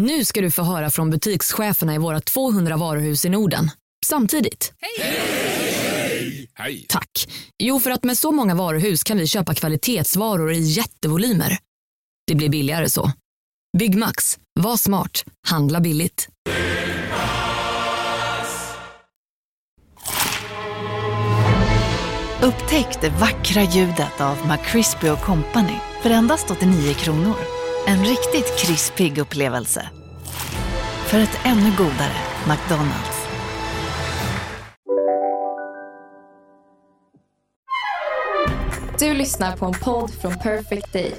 Nu ska du få höra från butikscheferna i våra 200 varuhus i Norden. Samtidigt. Hej! Hej! Tack. Jo, för att med så många varuhus kan vi köpa kvalitetsvaror i jättevolymer. Det blir billigare så. Byggmax. Var smart. Handla billigt. Upptäck det vackra ljudet av McCrispy & Company för endast 89 kronor. En riktigt krispig upplevelse. För ett ännu godare McDonald's. Du lyssnar på en podd från Perfect Day.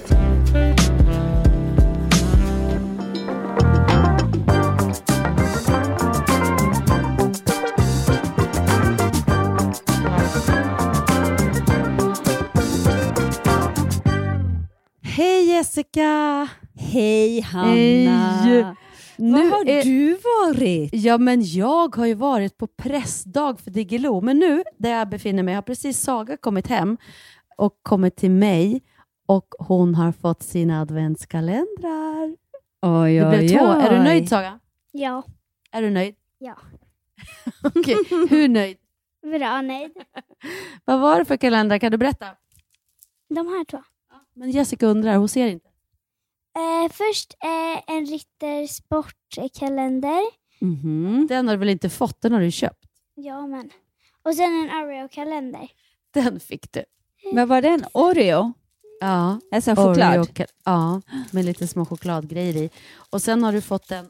Hej Jessica! Hej Hanna! Hej. Var har du varit? Ja, men jag har ju varit på pressdag för Diggiloo. Men nu, där jag befinner mig, har precis Saga kommit hem och kommit till mig. Och hon har fått sina adventskalendrar. Oj, det blev 2. Är du nöjd, Saga? Ja. Är du nöjd? Ja. Okej, hur nöjd? Bra nöjd. Vad var det för kalendrar? Kan du berätta? De här 2. Men Jessica undrar, hon ser inte. Först en Rittersportkalender. Den har du väl inte fått, den har du köpt. Ja, men. Och sen en Oreo-kalender. Den fick du. Men var det en Oreo? Ja. Alltså choklad? Oreo, ja, med lite små chokladgrejer i. Och sen har du fått en...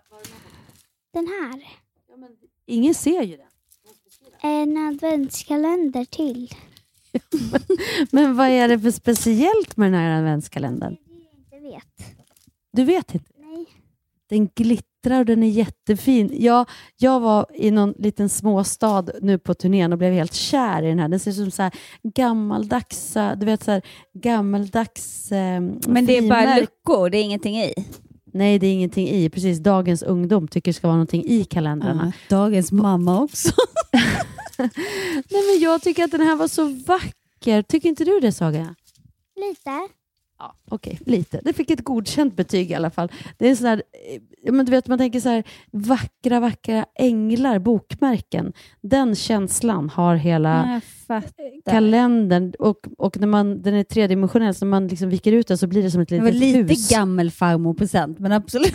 Den här. Ja, men ingen ser ju den. En adventskalender till. Men vad är det för speciellt med den här adventskalendern? Jag inte vet. Du vet inte? Nej. Den glittrar och den är jättefin. Jag var i någon liten småstad nu på turnén och blev helt kär i den här. Den ser ut som så här gammaldags, du vet så här gammaldags men det är bara luckor, det är ingenting i. Nej, det är ingenting i. Precis, dagens ungdom tycker det ska vara någonting i kalendrarna. Dagens mamma också. Nej, men jag tycker att den här var så vacker. Tycker inte du det, Saga? Lite. Ja, okej, lite. Det fick ett godkänt betyg i alla fall. Det är så där, men du vet, man tänker så här, vackra änglar, bokmärken. Den känslan har hela kalendern. Och när den är tredimensionell, så när man liksom viker ut den så blir det som ett litet hus. Det var lite gammelfarmor-present, men absolut.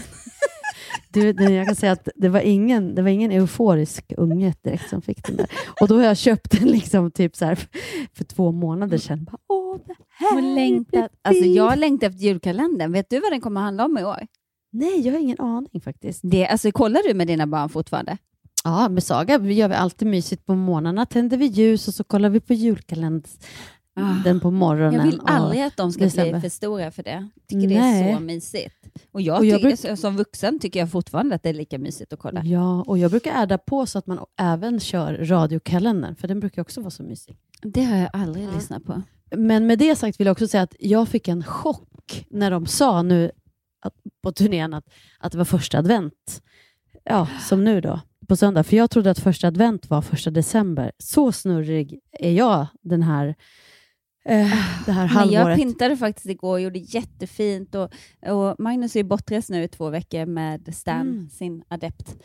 Jag kan säga att det var ingen euforisk unge direkt som fick den där. Och då har jag köpt den liksom typ så här för 2 månader sedan. Det här alltså jag längtar efter julkalendern. Vet du vad den kommer att handla om i år? Nej, jag har ingen aning faktiskt. Alltså, kollar du med dina barn fortfarande? Ja, med Saga gör vi alltid mysigt på morgnarna. Tänder vi ljus och så kollar vi på julkalendern den på morgonen. Jag vill aldrig att de ska bli för stora för det. Tycker det är så mysigt. Och jag som vuxen tycker jag fortfarande att det är lika mysigt att kolla. Ja, och jag brukar adda på så att man även kör radiokalendern. För den brukar också vara så mysig. Det har jag aldrig lyssnat på. Men med det sagt vill jag också säga att jag fick en chock när de sa nu på turnén att det var första advent. Ja, som nu då. På söndag. För jag trodde att första advent var 1 december. Så snurrig är jag det här halvåret. Jag pintade faktiskt igår och gjorde jättefint. Och Magnus är ju bortrest nu i 2 veckor med Stan, sin adept.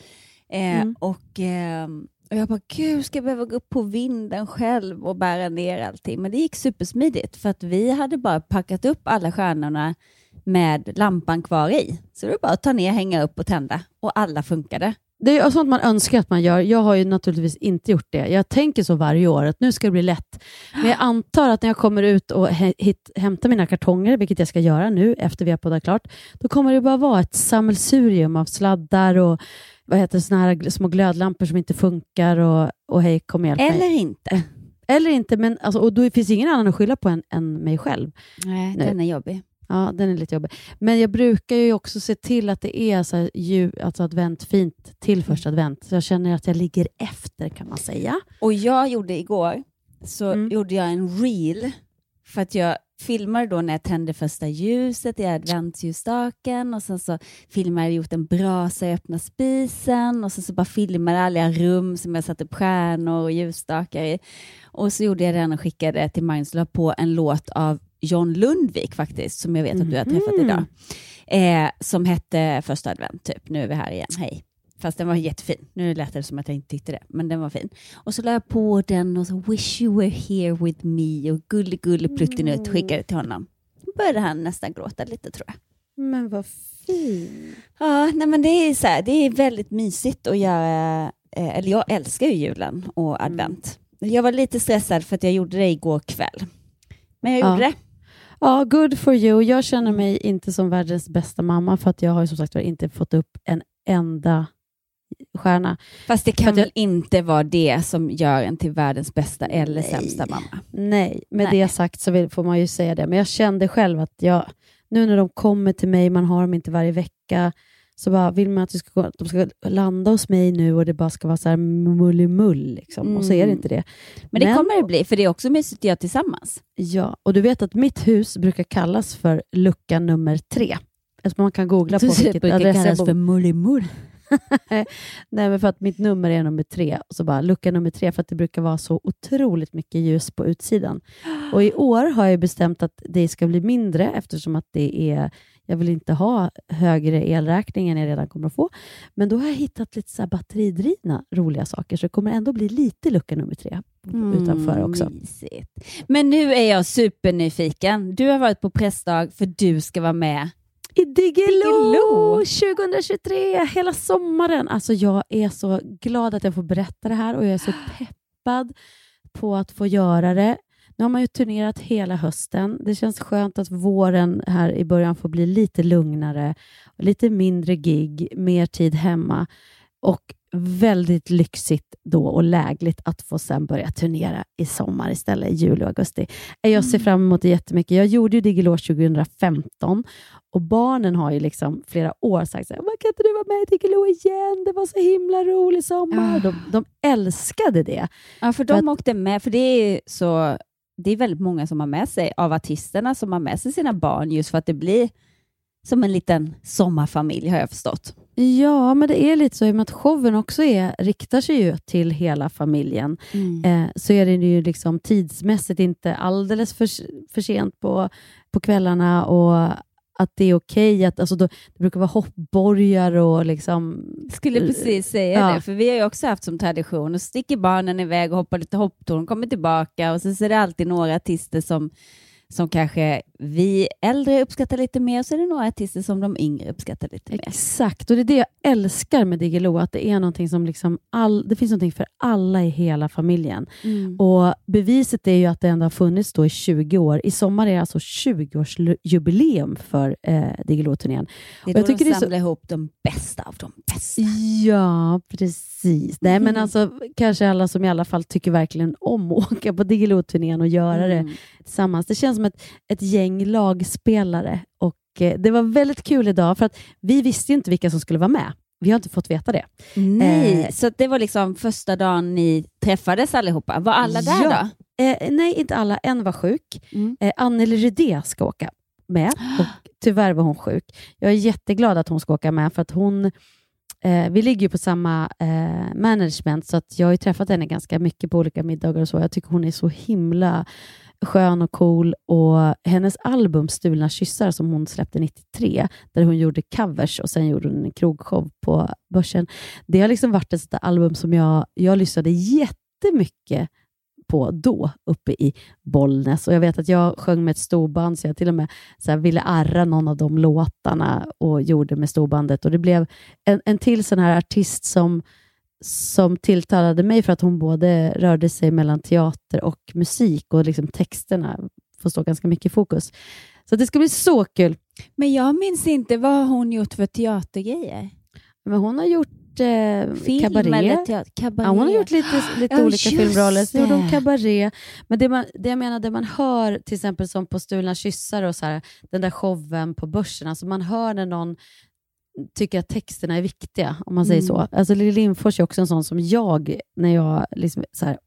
Och jag bara, gud, ska jag behöva gå upp på vinden själv och bära ner allting. Men det gick supersmidigt för att vi hade bara packat upp alla stjärnorna med lampan kvar i. Så det var bara att ta ner, hänga upp och tända. Och alla funkade. Det är sånt man önskar att man gör. Jag har ju naturligtvis inte gjort det. Jag tänker så varje år att nu ska det bli lätt. Men jag antar att när jag kommer ut och hämtar mina kartonger, vilket jag ska göra nu efter vi har poddat klart, då kommer det bara vara ett sammelsurium av sladdar och såna här små glödlampor som inte funkar och hej, kom hjälp mig. Eller inte, men alltså, och då finns ingen annan att skylla på än mig själv. Nej, den är jobbig. Ja, den är lite jobbig. Men jag brukar ju också se till att det är så här, alltså advent fint till första advent. Så jag känner att jag ligger efter, kan man säga. Och jag gjorde igår, så gjorde jag en reel. För att jag filmar då när jag tänder första ljuset i adventsljusstaken. Och sen så filmar jag gjort en brasa i öppna spisen. Och sen så bara filmar alla rum som jag satt upp stjärnor och ljusstakar i. Och så gjorde jag den och skickade till Magnus, la på en låt av John Lundvik faktiskt, som jag vet att du har träffat idag. som hette Första advent typ. Nu är vi här igen, hej. Fast den var jättefin. Nu lät det som att jag inte tyckte det. Men den var fin. Och så la jag på den och så wish you were here with me. Och gulle pluttinutt skickade till honom. Började han nästan gråta lite tror jag. Men vad fint. Ja, nej men det är så här, det är väldigt mysigt att göra. Eller jag älskar ju julen och advent. Jag var lite stressad för att jag gjorde det igår kväll. Men jag gjorde det. Ja, good for you. Jag känner mig inte som världens bästa mamma för att jag har som sagt inte fått upp en enda stjärna. Fast det kan väl inte vara det som gör en till världens bästa eller sämsta mamma. Nej, med det sagt så får man ju säga det. Men jag kände själv att nu när de kommer till mig, man har dem inte varje vecka, så bara vill man att de ska landa hos mig nu och det bara ska vara så här mullimull liksom. Och så är det inte det. Men det kommer det bli, för det är också mysigt att göra tillsammans. Ja, och du vet att mitt hus brukar kallas för lucka nummer 3. Eftersom man kan googla på vilket adress det kallas för mullimull. Nej, men för att mitt nummer är nummer 3 och så bara lucka nummer 3 för att det brukar vara så otroligt mycket ljus på utsidan. Och i år har jag bestämt att det ska bli mindre eftersom att jag vill inte ha högre elräkning än jag redan kommer att få. Men då har jag hittat lite så här batteridrivna roliga saker så det kommer ändå bli lite lucka nummer 3 utanför också. Mysigt. Men nu är jag supernyfiken. Du har varit på pressdag för du ska vara med i Diggiloo 2023, hela sommaren. Alltså jag är så glad att jag får berätta det här och jag är så peppad på att få göra det. Nu har man ju turnerat hela hösten. Det känns skönt att våren här i början får bli lite lugnare, lite mindre gig, mer tid hemma och väldigt lyxigt då och lägligt att få sen börja turnera i sommar istället, i juli och augusti. Jag ser fram emot det jättemycket. Jag gjorde ju Diggiloo 2015 och barnen har ju liksom flera år sagt så här, kan inte du vara med i Diggiloo igen? Det var så himla rolig sommar. De älskade det. Ja, för de åkte med, för det är väldigt många som har med sig av artisterna som har med sig sina barn just för att det blir som en liten sommarfamilj har jag förstått. Ja, men det är lite så i och med att showen också riktar sig ju till hela familjen. Så är det ju liksom tidsmässigt inte alldeles för sent på kvällarna och att det är okej att alltså det brukar vara hoppborgar och liksom skulle precis säga det, för vi har ju också haft som tradition och sticker barnen iväg och hoppar lite hopptorn, kommer tillbaka och så är det alltid några artister som kanske vi äldre uppskattar lite mer och så är det några artister som de yngre uppskattar lite mer. Exakt, och det är det jag älskar med Diggiloo, att det är någonting som liksom det finns någonting för alla i hela familjen. Och beviset är ju att det ändå har funnits då i 20 år. I sommar är det alltså 20-årsjubileum för Diggiloo-turnén. Det är då de samlar ihop de bästa av de bästa. Ja, precis. Nej, men alltså kanske alla som i alla fall tycker verkligen om att åka på Diggiloo-turnén och göra det tillsammans. Det känns som ett gäng lagspelare och det var väldigt kul idag för att vi visste ju inte vilka som skulle vara med. Vi har inte fått veta det. Nej, så det var liksom första dagen ni träffades allihopa. Var alla där då? Nej, inte alla. En var sjuk. Anneli Rydé ska åka med och tyvärr var hon sjuk. Jag är jätteglad att hon ska åka med för att hon vi ligger ju på samma management så att jag har ju träffat henne ganska mycket på olika middagar och så. Jag tycker hon är så himla skön och cool och hennes album Stulna kyssar som hon släppte 93 där hon gjorde covers och sen gjorde hon en krogshow på Börsen. Det har liksom varit ett album som jag lyssnade jättemycket på då uppe i Bollnäs och jag vet att jag sjöng med ett storband så jag till och med så här ville arra någon av de låtarna och gjorde med storbandet och det blev en till sån här artist som tilltalade mig för att hon både rörde sig mellan teater och musik och liksom texterna får stå ganska mycket i fokus. Så det ska bli så kul. Men jag minns inte, vad har hon gjort för teatergrejer? Men hon har gjort film kabaré. Eller kabaré. Ja, hon har gjort lite olika filmroller. Så gjorde hon kabaré. Men det man hör till exempel som på Stulna kyssar och så här, den där showen på Börsen, alltså man hör när någon tycker att texterna är viktiga, om man säger så. Alltså Lili Lindfors är också en sån som när jag liksom så här,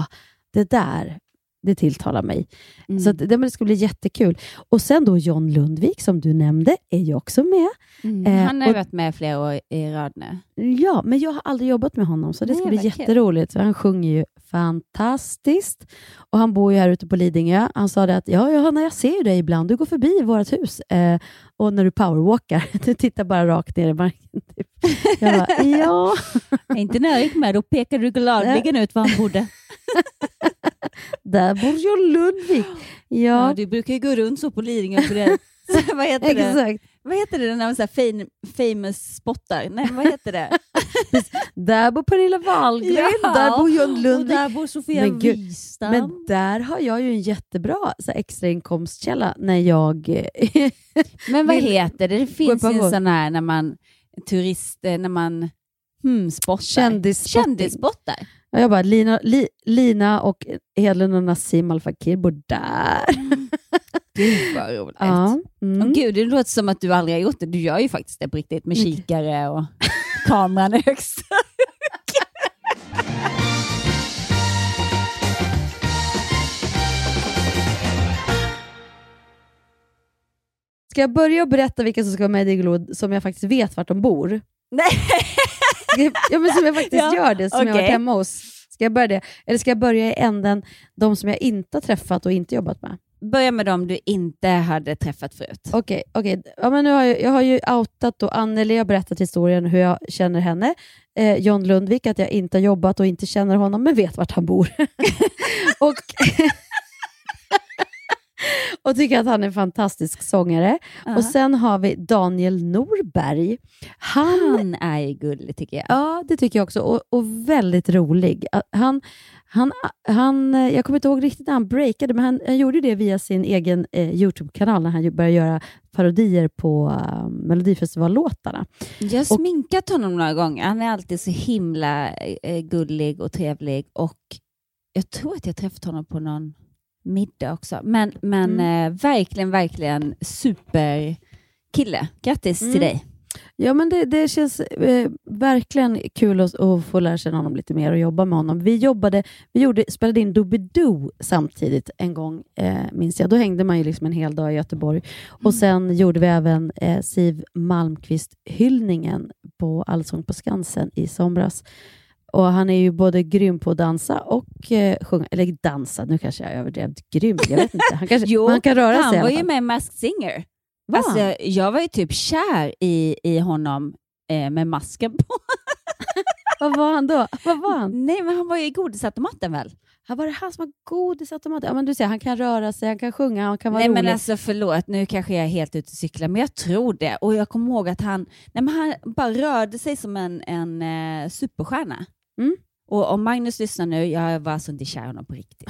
det tilltalar mig. Så att det ska bli jättekul. Och sen då John Lundvik som du nämnde är ju också med. Han har varit med flera år i rad nu. Ja, men jag har aldrig jobbat med honom så det ska bli jätteroligt. Han sjunger ju fantastiskt. Och han bor ju här ute på Lidingö. Han sa det att Johanna, jag ser ju dig ibland. Du går förbi vårt hus. Och när du powerwalkar, du tittar bara rakt ner i marken. Typ. Jag bara, ja. Jag är inte nöjd med, då pekar du gladligen ut var han bodde. Där bor John Lundvik. Ja, du brukar ju gå runt så på Lidingö för det. Så, vad heter det? Exakt. Vad heter det när man så här famous spottar? Nej, vad heter det? Där bor Pernilla Wahlgren, där bor John Lundvik. Och där bor Sofia Wistam. Men där har jag ju en jättebra så här, extra inkomstkälla när jag... Men vad heter det? Det finns ju en sån här när man spottar. Kändisspottar. Ja, jag bara, Lina och Hedlund och Nassim Al Fakir bor där. Gud vad roligt. Ja. Och gud, det låter som att du aldrig har gjort det. Du gör ju faktiskt det på riktigt med kikare och kameran är högst. Ska jag börja berätta vilka som ska vara med i Diggiloo som jag faktiskt vet vart de bor? Nej. Ja, men som jag faktiskt gör det, som jag har varit hemma hos. Ska jag börja det? Eller ska jag börja i änden de som jag inte har träffat och inte jobbat med? Börja med dem du inte hade träffat förut. Okej. Ja, men nu jag har ju outat och Anneli har berättat historien hur jag känner henne. John Lundvik, att jag inte har jobbat och inte känner honom, men vet vart han bor. Och tycker att han är en fantastisk sångare. Och sen har vi Daniel Norberg. Han är ju gullig tycker jag. Ja, det tycker jag också. Och väldigt rolig. Han, jag kommer inte ihåg riktigt när han breakade, men han gjorde det via sin egen YouTube-kanal när han började göra parodier på Melodifestivallåtarna. Jag har sminkat honom några gånger. Han är alltid så himla gullig och trevlig. Och jag tror att jag träffat honom på någon middag också. Men verkligen superkille. Grattis till dig. Ja, men det känns verkligen kul att få lära sig honom lite mer och jobba med honom. Vi spelade in Doobidoo samtidigt en gång, minns jag. Då hängde man ju liksom en hel dag i Göteborg. Och sen gjorde vi även Siv Malmkvist-hyllningen på Allsång på Skansen i somras. Och han är ju både grym på att dansa och sjunga. Eller dansa, nu kanske jag överdrevt. Grym, jag vet inte. Han kanske, han kan röra sig. Han var ju med i Masked Singer. Alltså, jag var ju typ kär i honom med masken på. Vad var han då? Vad var han? Nej, men han var ju i godisautomaten väl? Var det han som var godisautomaten? Ja, men du ser, han kan röra sig, han kan sjunga, han kan vara rolig. Nej, men alltså förlåt, nu kanske jag är helt ute och cyklar, men jag tror det. Och jag kommer ihåg att han bara rörde sig som en superstjärna. Och om Magnus lyssnar nu, jag var alltså inte kär honom på riktigt.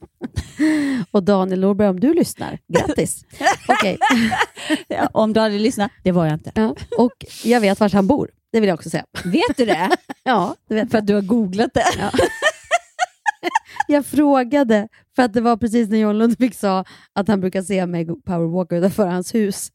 Och Daniel Norberg, om du lyssnar, grattis. Okej. Ja, om Daniel lyssnar, det var jag inte. Ja, och jag vet vart han bor, det vill jag också säga. Vet du det? Ja, det vet för att du har googlat det. Ja. Jag frågade, för att det var precis när John Lundvik sa att han brukar se mig powerwalka utanför hans hus.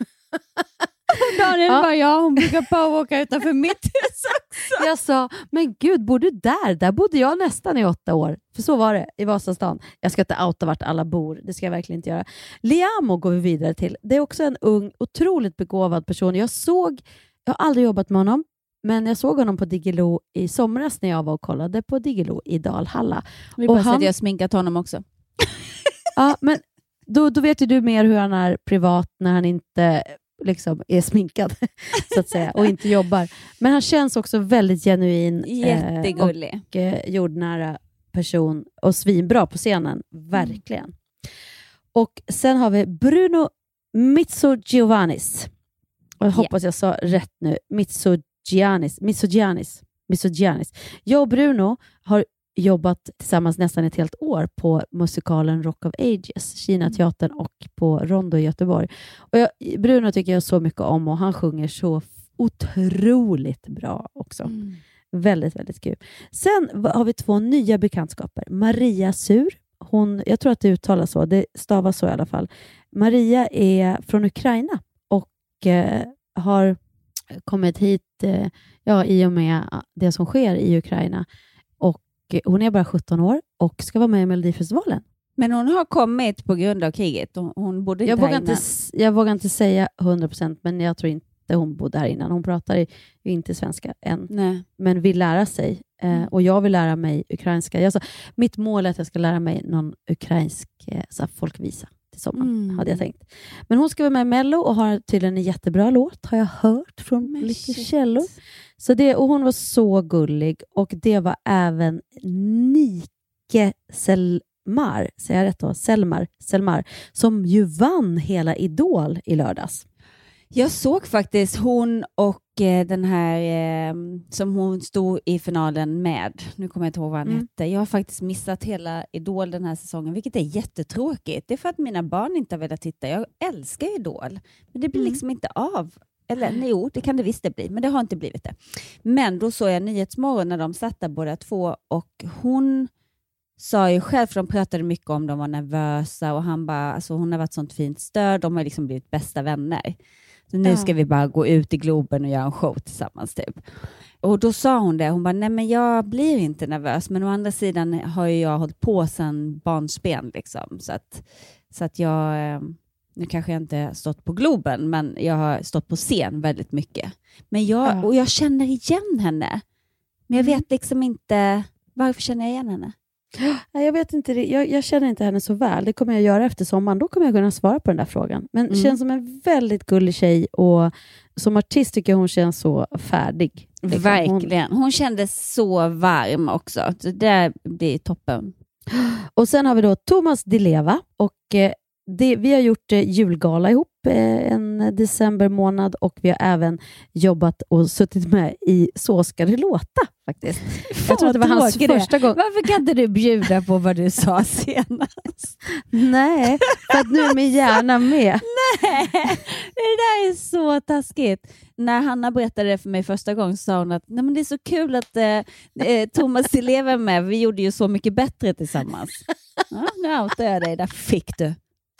Daniel bara, hon brukar powerwalka utanför mitt hus också. Jag sa, men gud, bor du där? Där bodde jag nästan i 8 år. För så var det i Vasastan. Jag ska inte outa vart alla bor. Det ska jag verkligen inte göra. Liamo går vi vidare till. Det är också en ung, otroligt begåvad person. Jag har aldrig jobbat med honom. Men jag såg honom på Diggiloo i somras när jag var och kollade på Diggiloo i Dalhalla. Vi bara att jag har sminkat honom också. Ja, men då vet ju du mer hur han är privat när han inte liksom är sminkad så att säga och inte jobbar. Men han känns också väldigt genuin, jättegullig och jordnära person och svinbra på scenen, verkligen. Och sen har vi Bruno Mitsogiannis. Och jag hoppas jag sa rätt nu. Mitsogiannis. Jag och Bruno har jobbat tillsammans nästan ett helt år på musikalen Rock of Ages, Kina-teatern och på Rondo i Göteborg. Och Bruno tycker jag så mycket om och han sjunger så otroligt bra också. Väldigt, väldigt kul. Sen har vi 2 nya bekantskaper. Maria Sur, jag tror att det uttalas så, det stavas så i alla fall. Maria är från Ukraina och har kommit hit i och med det som sker i Ukraina. Hon är bara 17 år och ska vara med i Melodifestivalen. Men hon har kommit på grund av kriget. Hon bodde inte här innan. Jag vågar inte säga 100%, men jag tror inte inte, hon bodde här innan. Hon pratar ju inte svenska än. Nej. Men vill lära sig. Och jag vill lära mig ukrainska. Mitt mål är att jag ska lära mig någon ukrainsk folkvisa till sommaren, hade jag tänkt. Men hon ska vara med i Mello och har tydligen en jättebra låt, har jag hört från lite källor. Så och hon var så gullig. Och det var även Nike Selmar, säger jag rätt då? Selmar, som ju vann hela Idol i lördags. Jag såg faktiskt hon och den här som hon stod i finalen med. Nu kommer jag inte ihåg vad han hette. Jag har faktiskt missat hela Idol den här säsongen, vilket är jättetråkigt. Det är för att mina barn inte har velat titta. Jag älskar Idol, men det blir liksom inte av. Eller jo, det kan det visst det bli, men det har inte blivit det. Men då såg jag Nyhetsmorgon när de satt där båda två, och hon sa ju själv, för de pratade mycket om de var nervösa, och han bara, alltså hon har varit sånt fint stöd, de har liksom blivit bästa vänner. Så nu ska vi bara gå ut i Globen och göra en show tillsammans typ. Och då sa hon det, hon bara, nej men jag blir inte nervös, men å andra sidan har ju jag hållit på sedan barnsben liksom, så att jag, nu kanske jag inte har stått på Globen, men jag har stått på scen väldigt mycket. Men jag känner igen henne, men jag vet liksom inte, varför känner jag igen henne? Jag vet inte, jag känner inte henne så väl. Det kommer jag göra efter sommaren. Då kommer jag kunna svara på den där frågan. Men känns som en väldigt gullig tjej, och som artist tycker jag hon känns så färdig. Liksom. Verkligen. Hon kändes så varm också. Så det blir toppen. Och sen har vi då Thomas Di Leva, och vi har gjort julgala ihop en december månad, och vi har även jobbat och suttit med i Så ska det låta faktiskt. Jag tror att det var hans första gång. Varför kan inte du bjuda på vad du sa senast? Nej, för att nu är min hjärna med. Nej, det där är så taskigt. När Hanna berättade det för mig första gången så sa hon att nej, men det är så kul att Thomas Di Leva är med. Vi gjorde ju Så mycket bättre tillsammans. Ja, nu outar jag dig, där fick du.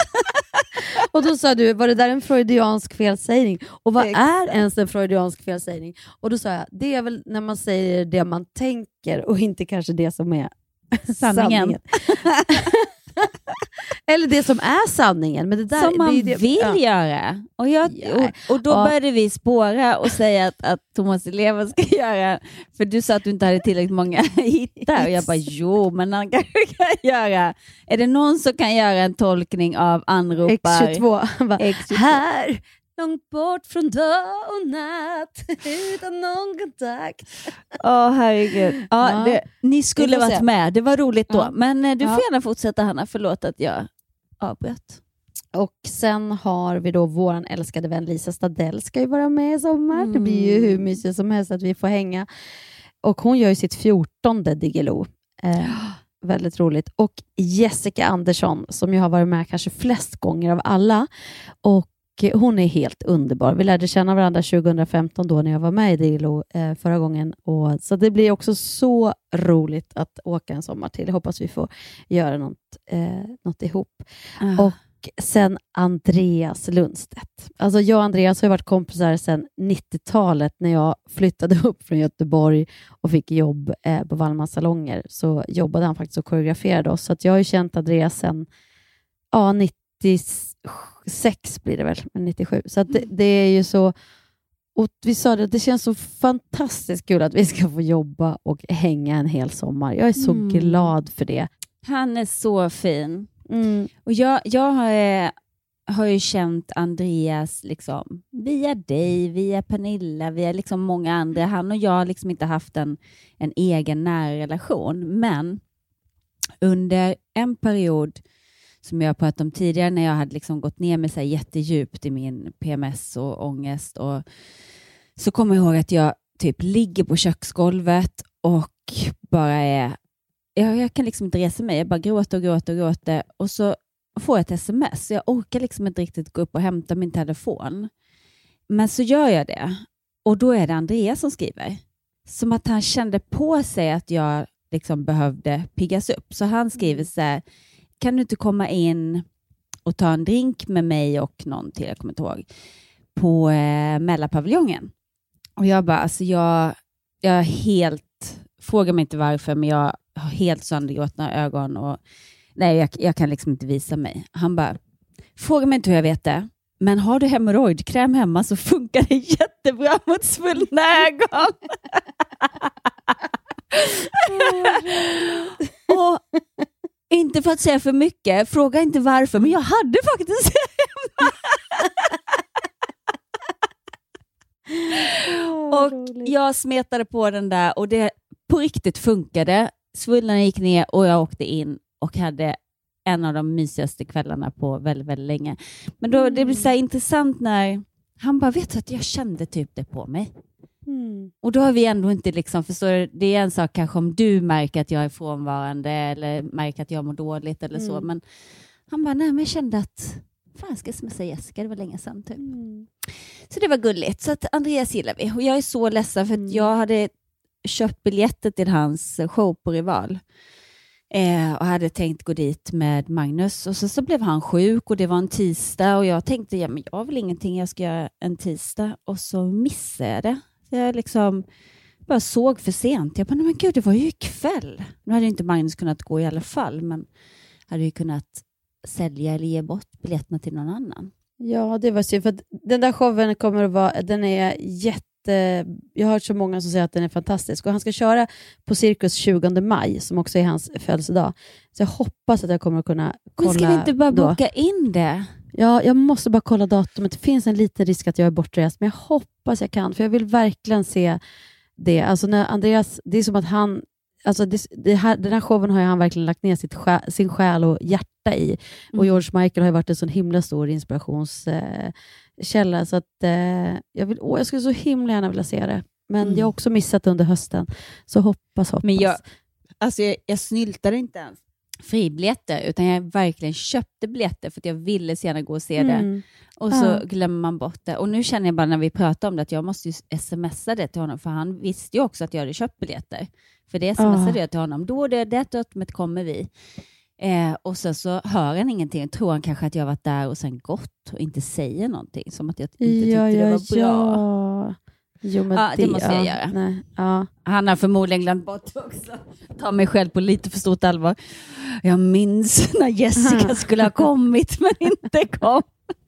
Och då sa du, var det där en freudiansk felsägning? Och vad är ens en freudiansk felsägning? Och då sa jag, det är väl när man säger det man tänker och inte kanske det som är sanningen. Eller det som är sanningen. Men det där, som man det, vill göra. Och då började vi spåra och säga att Thomas Di Leva ska göra, för du sa att du inte hade tillräckligt många hittar. Och jag bara, jo, men han kanske kan göra. Är det någon som kan göra en tolkning av anropar? X22. X22. Här, långt bort från dag och natt, utan någon kontakt. Herregud. Ja, ni skulle varit med. Det var roligt då. Men du får gärna fortsätta, Hanna. Förlåt att jag avbröt. Och sen har vi då våran älskade vän Lisa Stadell ska ju vara med i sommar. Det blir ju hur mysigt som helst att vi får hänga. Och hon gör ju sitt 14:e Diggiloo. Väldigt roligt. Och Jessica Andersson, som ju har varit med kanske flest gånger av alla. Och hon är helt underbar. Vi lärde känna varandra 2015 då när jag var med i Diggiloo förra gången. Och så det blir också så roligt att åka en sommar till. Jag hoppas vi får göra något ihop. Och sen Andreas Lundstedt. Alltså jag och Andreas har varit kompisar sedan 90-talet när jag flyttade upp från Göteborg och fick jobb på Wallmans salonger. Så jobbade han faktiskt och koreograferade oss. Så att jag har ju känt Andreas sedan 96 blir det väl, 97. Så att det är ju så, och vi sa det känns så fantastiskt kul att vi ska få jobba och hänga en hel sommar. Jag är så glad för det. Han är så fin. Och jag har ju känt Andreas liksom via dig, via Pernilla, via liksom många andra. Han och jag har liksom inte haft en egen nära relation, men under en period som jag pratat om tidigare, när jag hade liksom gått ner mig så här jättedjupt i min PMS och ångest, och så kommer jag ihåg att jag typ ligger på köksgolvet och bara jag kan liksom inte resa mig, jag bara gråter och så får jag ett sms, så jag orkar liksom inte riktigt gå upp och hämta min telefon, men så gör jag det, och då är det Andreas som skriver, som att han kände på sig att jag liksom behövde piggas upp, så han skriver så här: kan du inte komma in och ta en drink med mig och någon till, jag kommer inte ihåg, på Mälarpaviljongen. Och jag bara, alltså jag helt, fråga mig inte varför, men jag har helt söndergråtna ögon och nej, jag kan liksom inte visa mig. Han bara, fråga mig inte hur jag vet det, Men har du hemorrojdkräm hemma så funkar det jättebra mot svullna ögon. Och inte för att säga för mycket, fråga inte varför, men jag hade faktiskt hemma. Och jag smetade på den där och det på riktigt funkade. Svullnaderna gick ner och jag åkte in och hade en av de mysigaste kvällarna på väldigt, väldigt länge. Men då, det blir så här intressant när han bara, vet du att jag kände typ det på mig. Och då har vi ändå inte liksom, förstår, det är en sak kanske om du märker att jag är frånvarande eller märker att jag mår dåligt eller så, men han bara, nej men jag kände att fan, jag ska smsa Jessica, det var länge sedan typ. Så det var gulligt, så att Andreas gillar vi och jag är så ledsen för att jag hade köpt biljetter till hans show på Rival och hade tänkt gå dit med Magnus och så blev han sjuk och det var en tisdag och jag tänkte, ja men jag har väl ingenting, jag ska göra en tisdag och så missade jag det. Jag liksom bara såg för sent. Jag bara, men gud, det var ju ikväll. Nu hade inte Magnus kunnat gå i alla fall, men hade ju kunnat sälja eller ge bort biljetterna till någon annan. Ja, det var synd. För att den där showen kommer att vara, den är jag har hört så många som säger att den är fantastisk. Och han ska köra på Cirkus 20 maj, som också är hans födelsedag. Så jag hoppas att jag kommer att kunna kolla. Men ska vi inte bara boka in det? Ja, jag måste bara kolla datumet. Det finns en liten risk att jag är bortrest, men jag hoppas jag kan. För jag vill verkligen se det. Alltså när Andreas, det är som att han, alltså den här showen har han verkligen lagt ner sin själ och hjärta i. Och George Michael har ju varit en sån himla stor inspirationskälla. Så att jag skulle så himla gärna vilja se det. Men jag har också missat under hösten. Så hoppas. Men jag snyltade inte ens fribiljetter, utan jag verkligen köpte biljetter för att jag ville så gärna gå och se det. Och så glömmer man bort det. Och nu känner jag bara när vi pratar om det att jag måste ju smsa det till honom, för han visste ju också att jag hade köpt biljetter. För det smsade jag till honom. Då det datumet kommer vi. Och så hör han ingenting. Tror han kanske att jag varit där och sen gått och inte säger någonting. Som att jag inte tyckte det var bra. Jo, men det måste jag göra. Nej, Han har förmodligen glömt bort också. Ta mig själv på lite för stort allvar. Jag minns när Jessica skulle ha kommit men inte kom.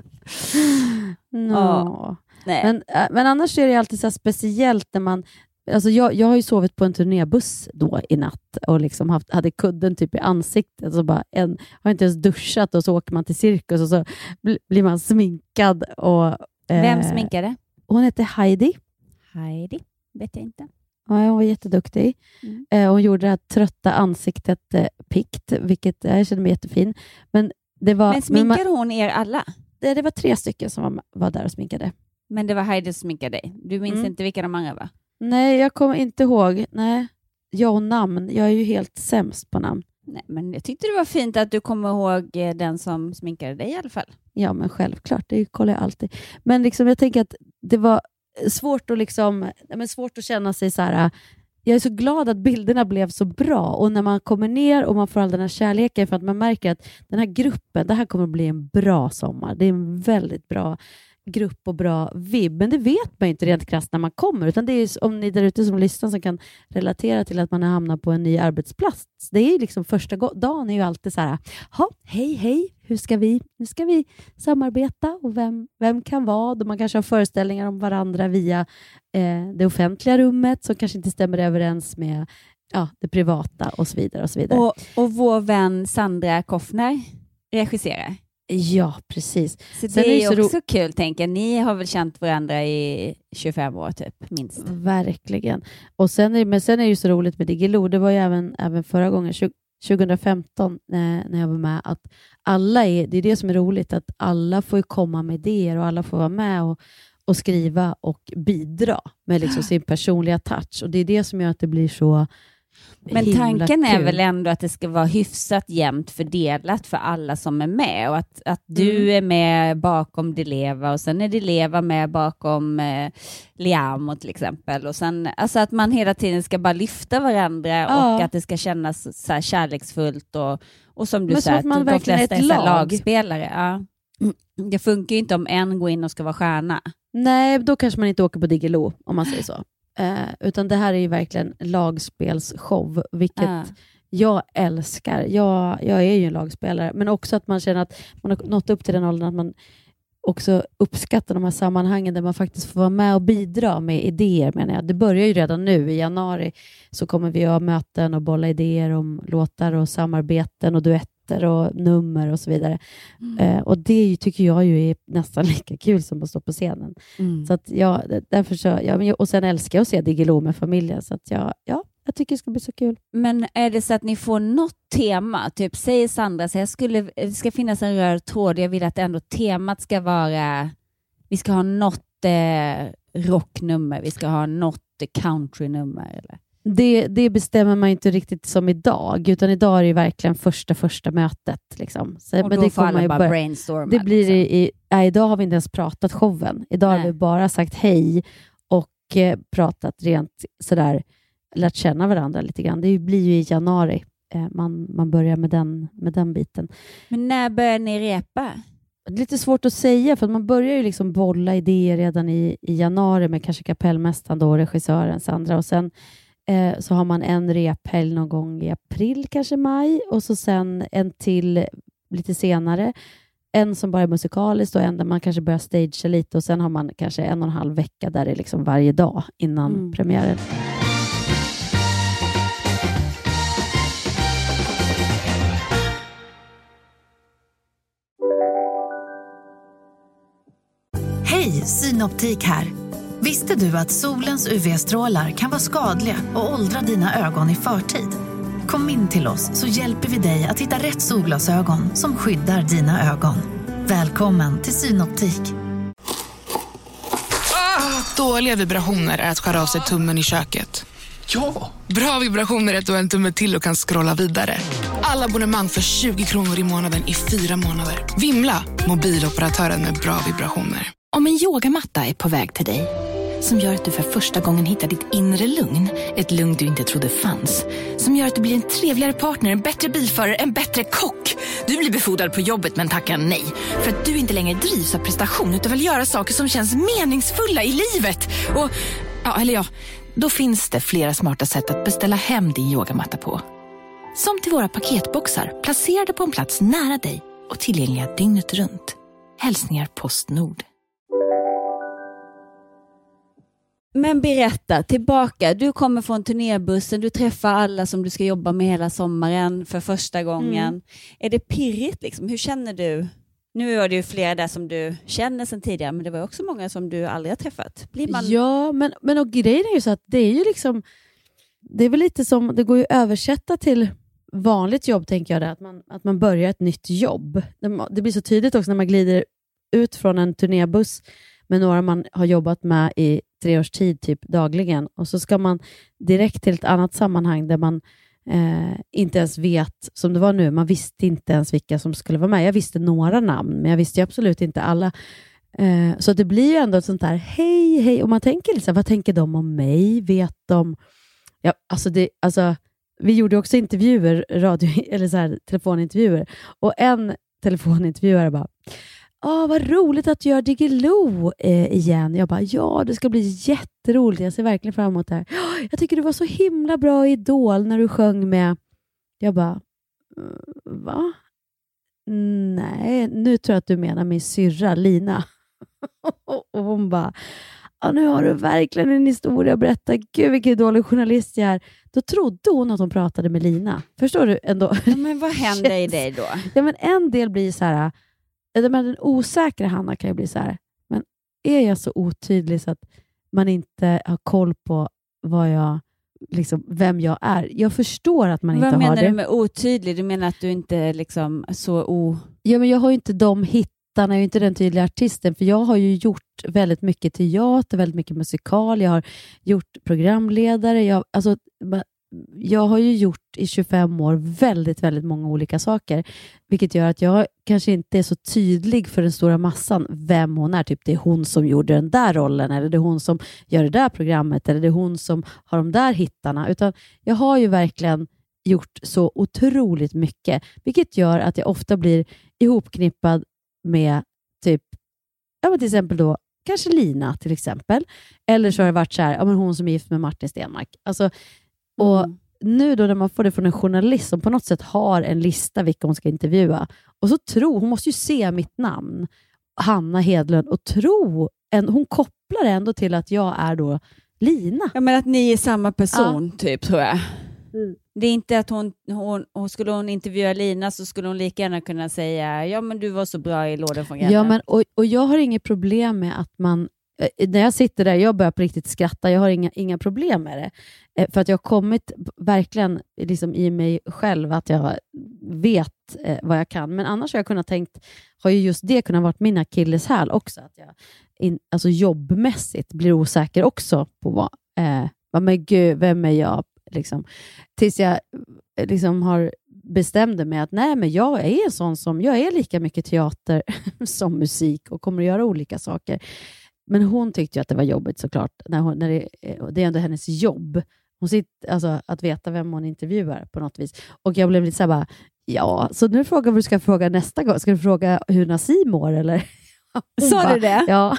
Men annars är det alltid så speciellt när man, alltså jag har ju sovit på en turnébuss då i natt och liksom hade kudden typ i ansiktet, alltså bara har inte ens duschat och så åker man till Cirkus och så blir man sminkad och vem sminkade? Hon heter Heidi, vet jag inte. Ja, hon var jätteduktig. Hon gjorde det här trötta ansiktet pikt, vilket jag kände mig jättefin. Men sminkade hon er alla? Det var 3 stycken som var där och sminkade. Men det var Heidi som sminkade dig? Du minns inte vilka de andra var? Nej, jag kommer inte ihåg. Nej, jag och namn. Jag är ju helt sämst på namn. Nej, men jag tyckte det var fint att du kommer ihåg den som sminkade dig i alla fall. Ja, men självklart. Det kollar jag alltid. Men liksom, jag tänker att det var svårt att svårt att känna sig så här. Jag är så glad att bilderna blev så bra, och när man kommer ner och man får all den här kärleken, för att man märker att den här gruppen, det här kommer att bli en bra sommar. Det är en väldigt bra grupp och bra vibb, men det vet man inte rent krasst när man kommer, utan det är om ni där ute som lyssnar som kan relatera till att man har hamnat på en ny arbetsplats. Det är liksom första dagen är ju alltid så här, hej, nu ska vi samarbeta och vem kan vad, och man kanske har föreställningar om varandra via det offentliga rummet som kanske inte stämmer överens med det privata och så vidare och så vidare. Och vår vän Sandra Koffner regisserar. Ja, precis. Så det är också kul, tänker jag. Ni har väl känt varandra i 25 år typ, minst. Verkligen. Och sen är det ju så roligt med Diggiloo. Det var ju även förra gången, 2015, när jag var med, att det är det som är roligt, att alla får komma med idéer och alla får vara med och skriva och bidra med liksom sin personliga touch. Och det är det som gör att det blir så. Men tanken är väl ändå att det ska vara hyfsat jämnt fördelat för alla som är med, och att du är med bakom Dileva och sen är Dileva med bakom Liamo till exempel, och sen alltså att man hela tiden ska bara lyfta varandra och att det ska kännas så här kärleksfullt och som du säger, att de flesta är lagspelare. Ja. Det funkar ju inte om en går in och ska vara stjärna. Nej, då kanske man inte åker på Diggiloo, om man säger så. Utan det här är ju verkligen lagspelsshow, vilket jag älskar. Jag är ju en lagspelare, men också att man känner att man har nått upp till den åldern att man också uppskatta de här sammanhangen där man faktiskt får vara med och bidra med idéer, menar jag. Det börjar ju redan nu i januari, så kommer vi ha möten och bolla idéer om låtar och samarbeten och duetter och nummer och så vidare. Och det tycker jag ju är nästan lika kul som att stå på scenen. Så att därför så, och sen älskar jag att se Diggiloo med familjen, så att jag tycker det ska bli så kul. Men är det så att ni får något tema? Typ säger Sandra, så det ska finnas en röd tråd. Jag vill att ändå temat ska vara, vi ska ha något rocknummer, vi ska ha något countrynummer eller? Det bestämmer man inte riktigt som idag, utan idag är det ju verkligen första mötet. Liksom. Så, och men då det får alla ju bara brainstorma. Det blir idag har vi inte ens pratat showen. Idag har vi bara sagt hej och pratat rent sådär, lärt känna varandra lite grann. Det blir ju i januari man börjar med den biten. Men när börjar ni repa? Lite svårt att säga, för att man börjar ju liksom bolla idéer redan i januari med kanske kapellmästaren då, regissören Sandra, och sen så har man en rephelg någon gång i april, kanske maj, och så sen en till lite senare, en som bara är musikaliskt och en där man kanske börjar stagea lite, och sen har man kanske 1,5 vecka där det är liksom varje dag innan premiären. Hej, Synoptik här. Visste du att solens UV-strålar kan vara skadliga och åldra dina ögon i förtid? Kom in till oss så hjälper vi dig att hitta rätt solglasögon som skyddar dina ögon. Välkommen till Synoptik. Dåliga vibrationer är att skära av sig tummen i köket. Ja! Bra vibrationer är att du har en tumme till och kan scrolla vidare. Alla abonnemang för 20 kronor i månaden i 4 månader. Vimla, mobiloperatören med bra vibrationer. Om en yogamatta är på väg till dig, som gör att du för första gången hittar ditt inre lugn, ett lugn du inte trodde fanns, som gör att du blir en trevligare partner, en bättre bilförare, en bättre kock. Du blir befordrad på jobbet men tackar nej, för att du inte längre drivs av prestation utan vill göra saker som känns meningsfulla i livet. Och, då finns det flera smarta sätt att beställa hem din yogamatta på. Som till våra paketboxar, placerade på en plats nära dig och tillgängliga dygnet runt. Hälsningar Postnord. Men berätta, tillbaka. Du kommer från turnébussen, du träffar alla som du ska jobba med hela sommaren för första gången. Är det pirrigt liksom? Hur känner du? Nu är det ju flera där som du känner sedan tidigare, men det var också många som du aldrig har träffat. Ja, men och grejen är ju så att det är ju liksom, det är väl lite som, det går ju att översätta till vanligt jobb, tänker jag, där, att man börjar ett nytt jobb. Det blir så tydligt också när man glider ut från en turnébuss med några man har jobbat med i 3 års tid typ dagligen, och så ska man direkt till ett annat sammanhang där man inte ens vet, som det var nu, man visste inte ens vilka som skulle vara med. Jag visste några namn, men jag visste absolut inte alla. Så det blir ju ändå ett sånt där hej, och man tänker liksom, vad tänker de om mig? Vet de? Ja, alltså vi gjorde också intervjuer, eller så här, telefonintervjuer, och en telefonintervjuare bara, vad roligt att du gör Diggiloo igen. Jag bara, ja, det ska bli jätteroligt. Jag ser verkligen fram emot det här. Jag tycker du var så himla bra i Idol när du sjöng med. Jag bara, va? Nej, nu tror jag att du menar min syrra Lina. Och hon bara, nu har du verkligen en historia att berätta. Gud, vilken dålig journalist jag är. Då trodde hon att hon pratade med Lina. Förstår du ändå? Ja, men vad händer i dig då? Ja, men en del blir så här, den osäkra Hanna kan ju bli så här, men är jag så otydlig så att man inte har koll på vem jag är? Jag förstår att man inte har det. Vad menar du med otydlig? Du menar att du inte liksom så Ja, men jag har ju inte de hittarna, jag är ju inte den tydliga artisten, för jag har ju gjort väldigt mycket teater, väldigt mycket musikal, jag har gjort programledare, jag har ju gjort i 25 år väldigt, väldigt många olika saker, vilket gör att jag kanske inte är så tydlig för den stora massan vem hon är. Typ det är hon som gjorde den där rollen, eller det är hon som gör det där programmet, eller det är hon som har de där hittarna. Utan jag har ju verkligen gjort så otroligt mycket, vilket gör att jag ofta blir ihopknippad med typ, till exempel då kanske Lina till exempel, eller så har det varit så här, hon som är gift med Martin Stenmark. Och nu då när man får det från en journalist som på något sätt har en lista vilka hon ska intervjua, och så hon måste ju se mitt namn, Hanna Hedlund och hon kopplar ändå till att jag är då Lina. Ja, men att ni är samma person typ, tror jag. Det är inte att skulle hon intervjua Lina så skulle hon lika gärna kunna säga ja men du var så bra i Låden från Gränna. Ja, men och jag har inget problem med att man när jag sitter där, jag börjar på riktigt skratta, jag har inga problem med det. För att jag har kommit verkligen liksom i mig själv att jag vet vad jag kan. Men annars har jag har ju just det kunnat varit min akilleshäl också. Att jag alltså jobbmässigt blir osäker också på men gud, vem är jag? Liksom. Tills jag liksom har bestämde mig att nej, men jag är en sån som, jag är lika mycket teater som musik och kommer att göra olika saker. Men hon tyckte ju att det var jobbigt såklart. När det är ändå hennes jobb. Hon sitter, alltså, att veta vem hon intervjuar på något vis. Och jag blev lite så här bara, ja, så nu frågar vad du ska fråga nästa gång. Ska du fråga hur Nassim mår eller? Sa du det? Ja.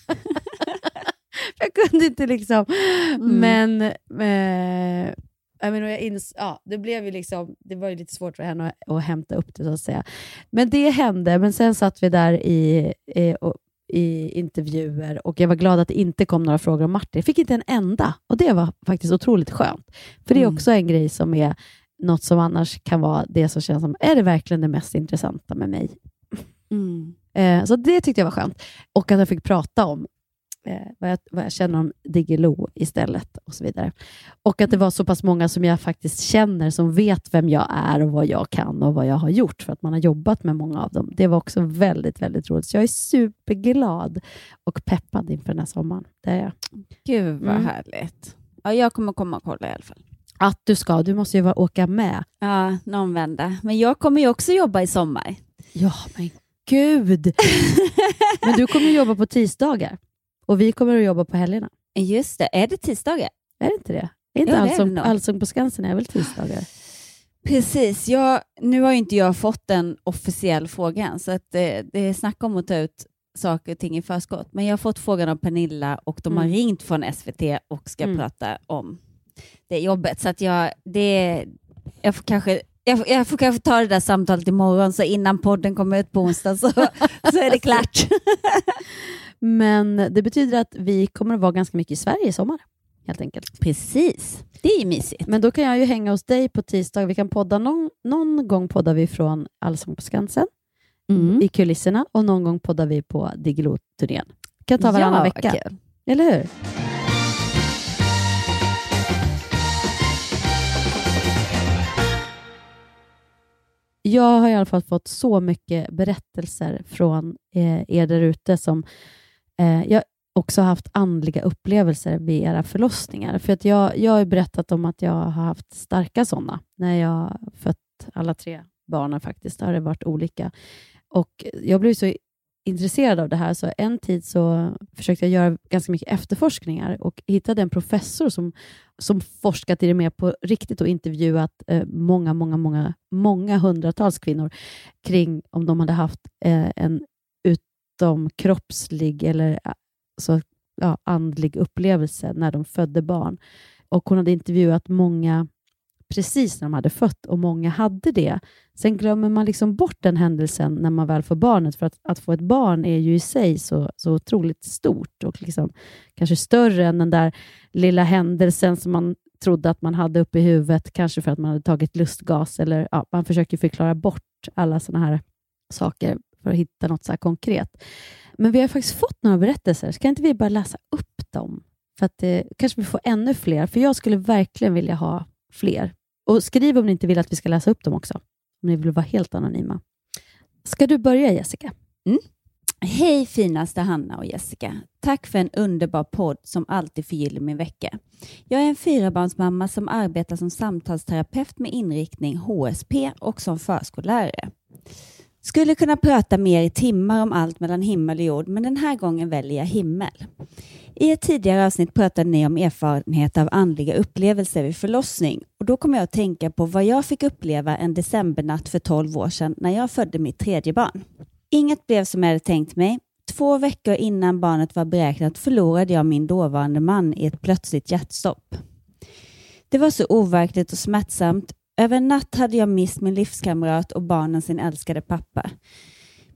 Jag kunde inte liksom. Men det blev ju liksom, det var ju lite svårt för henne att hämta upp det så att säga. Men det hände, men sen satt vi där i intervjuer och jag var glad att det inte kom några frågor om Martin. Jag fick inte en enda och det var faktiskt otroligt skönt. För det är också en grej som är något som annars kan vara det som känns som, är det verkligen det mest intressanta med mig? Så det tyckte jag var skönt. Och att jag fick prata om vad jag känner om Diggiloo istället och så vidare. Och att det var så pass många som jag faktiskt känner som vet vem jag är och vad jag kan och vad jag har gjort för att man har jobbat med många av dem. Det var också väldigt, väldigt roligt. Så jag är superglad och peppad inför den här sommaren. Det är jag. Gud vad härligt. Ja, jag kommer komma och kolla i alla fall. Att du måste ju åka med. Ja, någon vända. Men jag kommer ju också jobba i sommar. Ja, men gud. Men du kommer ju jobba på tisdagar. Och vi kommer att jobba på helgerna. Just det. Är det tisdagar? Är det inte det? Är inte Allsång på Skansen är väl tisdagar? Precis. Nu har ju inte jag fått en officiell fråga än, så att det är snack om att ta ut saker och ting i förskott. Men jag har fått frågan av Pernilla och de har ringt från SVT och ska prata om det jobbet. Så att jag får kanske ta det där samtalet imorgon, så innan podden kommer ut på onsdag så är det klart. Men det betyder att vi kommer att vara ganska mycket i Sverige i sommar, helt enkelt. Precis, det är ju mysigt. Men då kan jag ju hänga hos dig på tisdag. Vi kan podda någon gång poddar vi från Allsång på Skansen i kulisserna och någon gång poddar vi på Diggiloo-turnén. Kan ta varannan vecka. Kul. Eller hur? Jag har i alla fall fått så mycket berättelser från er där ute som jag också haft andliga upplevelser vid era förlossningar. För att jag har berättat om att jag har haft starka sådana. När jag fött alla 3 barnen faktiskt har det varit olika. Och jag blev så intresserad av det här, så en tid så försökte jag göra ganska mycket efterforskningar och hittade en professor som forskat i det mer på riktigt och intervjuat många hundratals kvinnor kring om de hade haft en utomkroppslig eller andlig upplevelse när de födde barn. Och hon hade intervjuat många precis när de hade fött och många hade det. Sen glömmer man liksom bort den händelsen när man väl får barnet, för att få ett barn är ju i sig så otroligt stort och liksom kanske större än den där lilla händelsen som man trodde att man hade uppe i huvudet, kanske för att man hade tagit lustgas eller man försöker förklara bort alla såna här saker för att hitta något så här konkret. Men vi har faktiskt fått några berättelser. Ska inte vi bara läsa upp dem? För att kanske vi får ännu fler. För jag skulle verkligen vilja ha fler. Och skriv om ni inte vill att vi ska läsa upp dem också. Om ni vill vara helt anonyma. Ska du börja, Jessica? Hej finaste Hanna och Jessica. Tack för en underbar podd som alltid förgyller min vecka. Jag är en 4-barnsmamma som arbetar som samtalsterapeut med inriktning HSP och som förskollärare. Skulle kunna prata mer i timmar om allt mellan himmel och jord, men den här gången väljer jag himmel. I ett tidigare avsnitt pratade ni om erfarenhet av andliga upplevelser vid förlossning, och då kom jag att tänka på vad jag fick uppleva en decembernatt för 12 år sedan när jag födde mitt 3:e barn. Inget blev som jag hade tänkt mig. 2 veckor innan barnet var beräknat förlorade jag min dåvarande man i ett plötsligt hjärtstopp. Det var så overkligt och smärtsamt. Över en natt hade jag mist min livskamrat och barnen sin älskade pappa.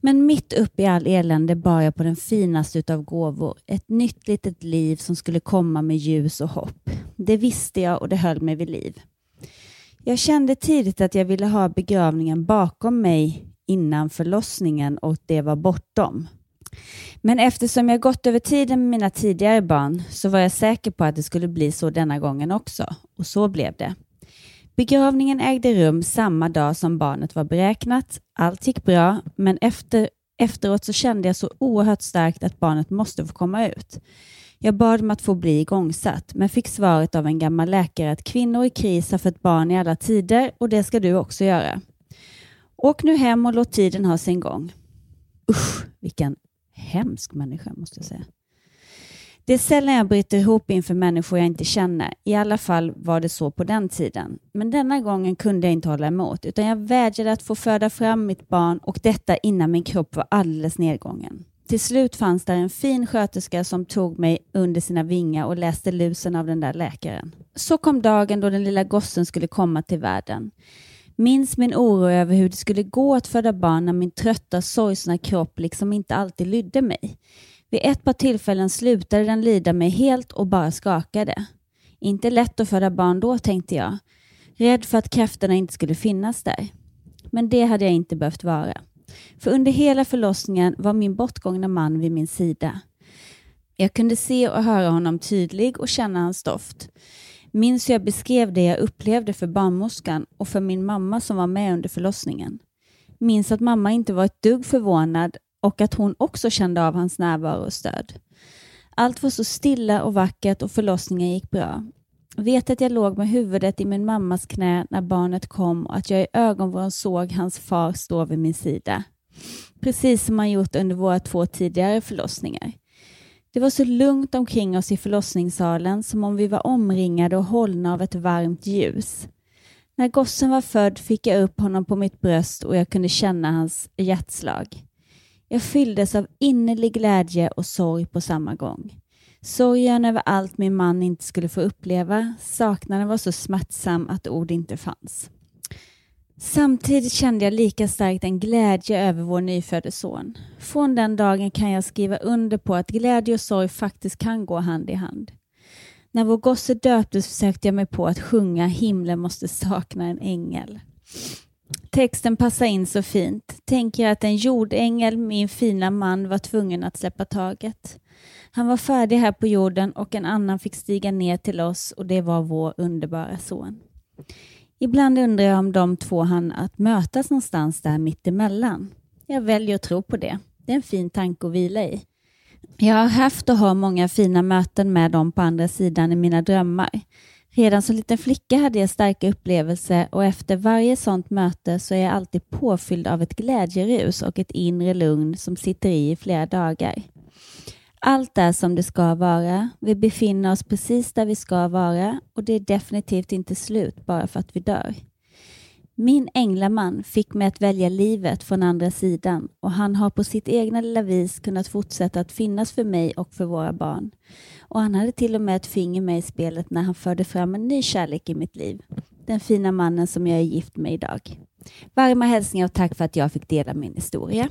Men mitt upp i all elände bar jag på den finaste utav gåvor. Ett nytt litet liv som skulle komma med ljus och hopp. Det visste jag och det höll mig vid liv. Jag kände tidigt att jag ville ha begravningen bakom mig innan förlossningen och det var bortom. Men eftersom jag gått över tiden med mina tidigare barn så var jag säker på att det skulle bli så denna gången också. Och så blev det. Begravningen ägde rum samma dag som barnet var beräknat. Allt gick bra, men efteråt så kände jag så oerhört starkt att barnet måste få komma ut. Jag bad om att få bli igångsatt, men fick svaret av en gammal läkare att kvinnor i kris har fött barn i alla tider och det ska du också göra. Åk nu hem och låt tiden ha sin gång. Usch, vilken hemsk människa måste jag säga. Det är sällan jag bryter ihop inför människor jag inte känner. I alla fall var det så på den tiden. Men denna gången kunde jag inte hålla emot. Utan jag vädjade att få föda fram mitt barn. Och detta innan min kropp var alldeles nedgången. Till slut fanns där en fin sköterska som tog mig under sina vingar och läste lusen av den där läkaren. Så kom dagen då den lilla gossen skulle komma till världen. Minns min oro över hur det skulle gå att föda barn när min trötta, sorgsna kropp liksom inte alltid lydde mig. Vid ett par tillfällen slutade den lyda mig helt och bara skakade. Inte lätt att föda barn då, tänkte jag. Rädd för att krafterna inte skulle finnas där. Men det hade jag inte behövt vara. För under hela förlossningen var min bortgångna man vid min sida. Jag kunde se och höra honom tydlig och känna hans doft. Minns hur jag beskrev det jag upplevde för barnmorskan och för min mamma som var med under förlossningen. Minns att mamma inte var ett dugg förvånad och att hon också kände av hans närvaro och stöd. Allt var så stilla och vackert och förlossningen gick bra. Vet att jag låg med huvudet i min mammas knä när barnet kom och att jag i ögonvrån såg hans far stå vid min sida. Precis som han gjort under våra 2 tidigare förlossningar. Det var så lugnt omkring oss i förlossningssalen som om vi var omringade och hållna av ett varmt ljus. När gossen var född fick jag upp honom på mitt bröst och jag kunde känna hans hjärtslag. Jag fylldes av innerlig glädje och sorg på samma gång. Sorgen över allt min man inte skulle få uppleva. Saknaden var så smärtsam att ord inte fanns. Samtidigt kände jag lika starkt en glädje över vår nyfödde son. Från den dagen kan jag skriva under på att glädje och sorg faktiskt kan gå hand i hand. När vår gosse döptes försökte jag mig på att sjunga Himlen måste sakna en ängel. Texten passar in så fint. Tänker att en jordängel, min fina man, var tvungen att släppa taget. Han var färdig här på jorden och en annan fick stiga ner till oss och det var vår underbara son. Ibland undrar jag om de två hann att mötas någonstans där mittemellan. Jag väljer att tro på det. Det är en fin tanke att vila i. Jag har haft och har många fina möten med dem på andra sidan i mina drömmar. Redan som liten flicka hade jag starka upplevelser och efter varje sånt möte så är jag alltid påfylld av ett glädjerus och ett inre lugn som sitter i flera dagar. Allt är som det ska vara. Vi befinner oss precis där vi ska vara och det är definitivt inte slut bara för att vi dör. Min änglaman fick mig att välja livet från andra sidan och han har på sitt egna lilla vis kunnat fortsätta att finnas för mig och för våra barn. Och han hade till och med ett finger med i spelet när han förde fram en ny kärlek i mitt liv. Den fina mannen som jag är gift med idag. Varma hälsningar och tack för att jag fick dela min historia.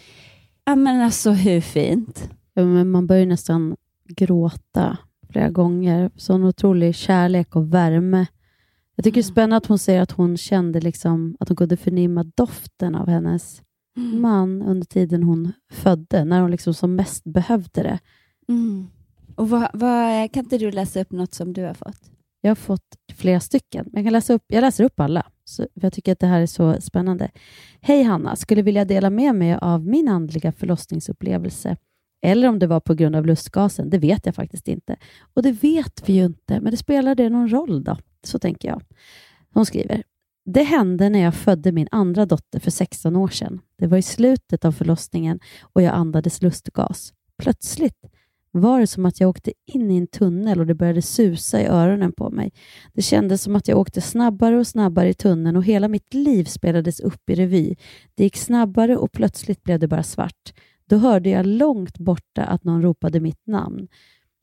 Ja men alltså hur fint. Ja, men man börjar nästan gråta flera gånger. Sån otrolig kärlek och värme. Jag tycker det är spännande att hon säger att hon kände liksom att hon kunde förnimma doften av hennes man under tiden hon födde. När hon liksom som mest behövde det. Mm. Och kan inte du läsa upp något som du har fått? Jag har fått flera stycken. Jag läser upp alla. Så jag tycker att det här är så spännande. Hej Hanna, skulle vilja dela med mig av min andliga förlossningsupplevelse. Eller om det var på grund av lustgasen. Det vet jag faktiskt inte. Och det vet vi ju inte. Men det spelar det någon roll då? Så tänker jag. Hon skriver. Det hände när jag födde min andra dotter för 16 år sedan. Det var i slutet av förlossningen och jag andades lustgas. Plötsligt var det som att jag åkte in i en tunnel och det började susa i öronen på mig. Det kändes som att jag åkte snabbare och snabbare i tunneln och hela mitt liv spelades upp i revy. Det gick snabbare och plötsligt blev det bara svart. Då hörde jag långt borta att någon ropade mitt namn.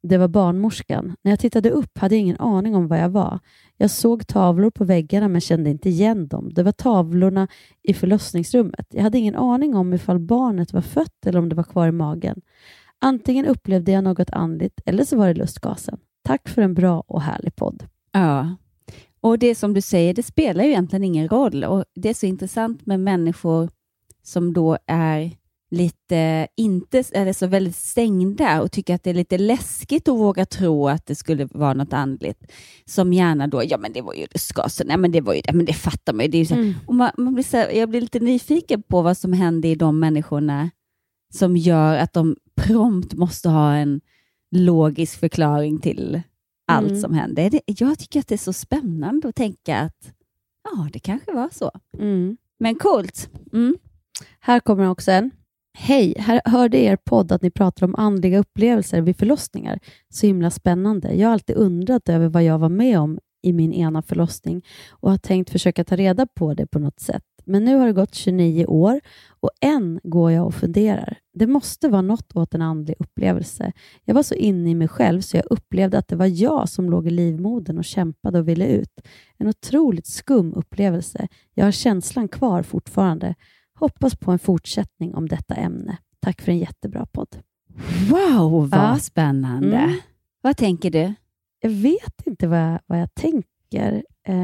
det var barnmorskan. När jag tittade upp hade jag ingen aning om vad jag var. Jag såg tavlor på väggarna men kände inte igen dem. Det var tavlorna i förlossningsrummet. Jag hade ingen aning om ifall barnet var fött eller om det var kvar i magen. Antingen upplevde jag något andligt eller så var det lustgasen. Tack för en bra och härlig podd. Ja, och det som du säger, det spelar ju egentligen ingen roll. Och det är så intressant med människor som då är lite inte eller så väldigt stängda och tycker att det är lite läskigt att våga tro att det skulle vara något andligt. Som gärna då, ja men det var ju lustgasen, nej men det var ju det, men det fattar man ju. Det är ju så, och man blir så här, jag blir lite nyfiken på vad som händer i de människorna som gör att de prompt måste ha en logisk förklaring till allt som händer. Jag tycker att det är så spännande att tänka att ja, det kanske var så. Men coolt. Här kommer också en. Hej, här hörde er podd att ni pratar om andliga upplevelser vid förlossningar. Så himla spännande. Jag har alltid undrat över vad jag var med om i min ena förlossning och har tänkt försöka ta reda på det på något sätt. Men nu har det gått 29 år och än går jag och funderar. Det måste vara något åt en andlig upplevelse. Jag var så inne i mig själv så jag upplevde att det var jag som låg i livmodern och kämpade och ville ut. En otroligt skum upplevelse. Jag har känslan kvar fortfarande. Hoppas på en fortsättning om detta ämne. Tack för en jättebra podd. Wow, vad spännande. Vad tänker du? Jag vet inte vad jag tänker.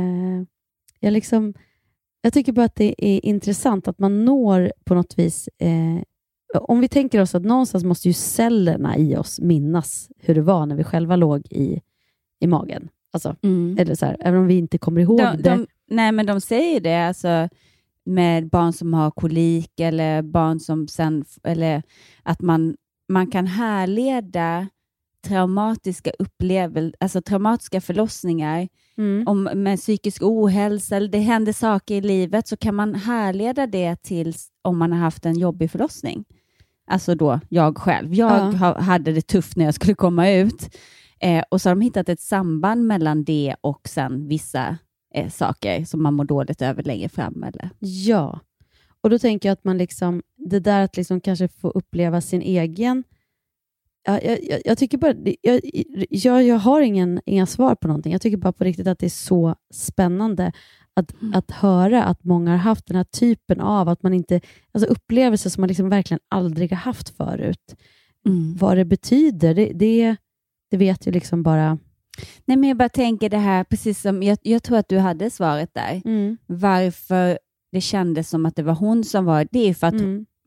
Jag tycker bara att det är intressant att man når på något vis. Om vi tänker oss att någonstans måste ju cellerna i oss minnas hur det var när vi själva låg i magen. Alltså, eller så här, även om vi inte kommer ihåg det. Nej, men de säger det alltså med barn som har kolik eller barn som sen, eller att man kan härleda traumatiska upplevelser, alltså traumatiska förlossningar med psykisk ohälsa eller det händer saker i livet, så kan man härleda det till om man har haft en jobbig förlossning. Alltså då jag själv. Jag hade det tufft när jag skulle komma ut. Och så har de hittat ett samband mellan det och sen vissa saker som man mår dåligt över längre fram. Eller? Ja, och då tänker jag att man liksom, det där att liksom kanske få uppleva sin egen. Jag tycker bara, jag har inga svar på någonting. Jag tycker bara på riktigt att det är så spännande att höra att många har haft den här typen av att man inte, alltså upplevelser som man liksom verkligen aldrig har haft förut. Vad det betyder, det vet ju liksom bara. Nej, men jag bara tänker det här, precis som jag tror att du hade svaret där. Varför det kändes som att det var hon som var, det är för att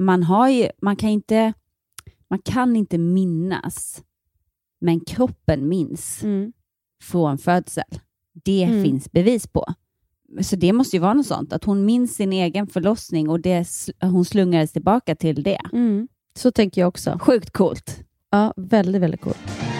man kan inte minnas, men kroppen minns från födsel. Det finns bevis på. Så det måste ju vara något sånt, att hon minns sin egen förlossning och hon slungades tillbaka till det. Så tänker jag också. Sjukt coolt. Ja, väldigt, väldigt coolt.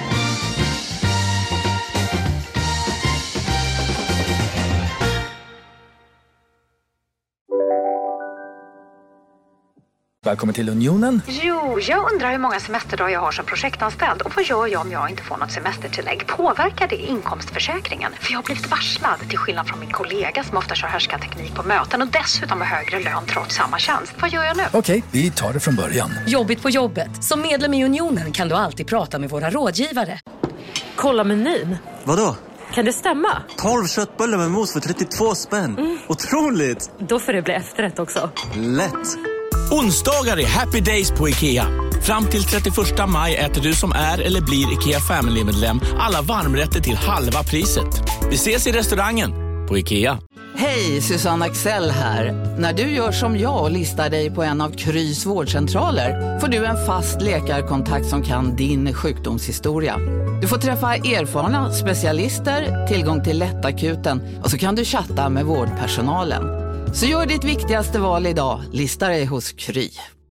Välkommen till Unionen. Jo, jag undrar hur många semesterdagar jag har som projektanställd. Och vad gör jag om jag inte får något semestertillägg? Påverkar det inkomstförsäkringen? För jag har blivit varslad, till skillnad från min kollega som ofta kör härskarteknik på möten och dessutom har högre lön trots samma tjänst. Vad gör jag nu? Okej, vi tar det från början. Jobbigt på jobbet. Som medlem i Unionen kan du alltid prata med våra rådgivare. Kolla menyn. Vadå? Kan det stämma? 12 köttbullar med mos för 32 spänn. Otroligt! Då får det bli efterrätt också. Lätt! Onsdagar är happy days på IKEA. Fram till 31 maj äter du som är eller blir IKEA Family-medlem alla varmrätter till halva priset. Vi ses i restaurangen på IKEA. Hej, Susanne Axel här. När du gör som jag och listar dig på en av Krys vårdcentraler får du en fast läkarkontakt som kan din sjukdomshistoria. Du får träffa erfarna specialister, tillgång till lättakuten och så kan du chatta med vårdpersonalen. Så gör ditt viktigaste val idag. Lista dig hos Kry.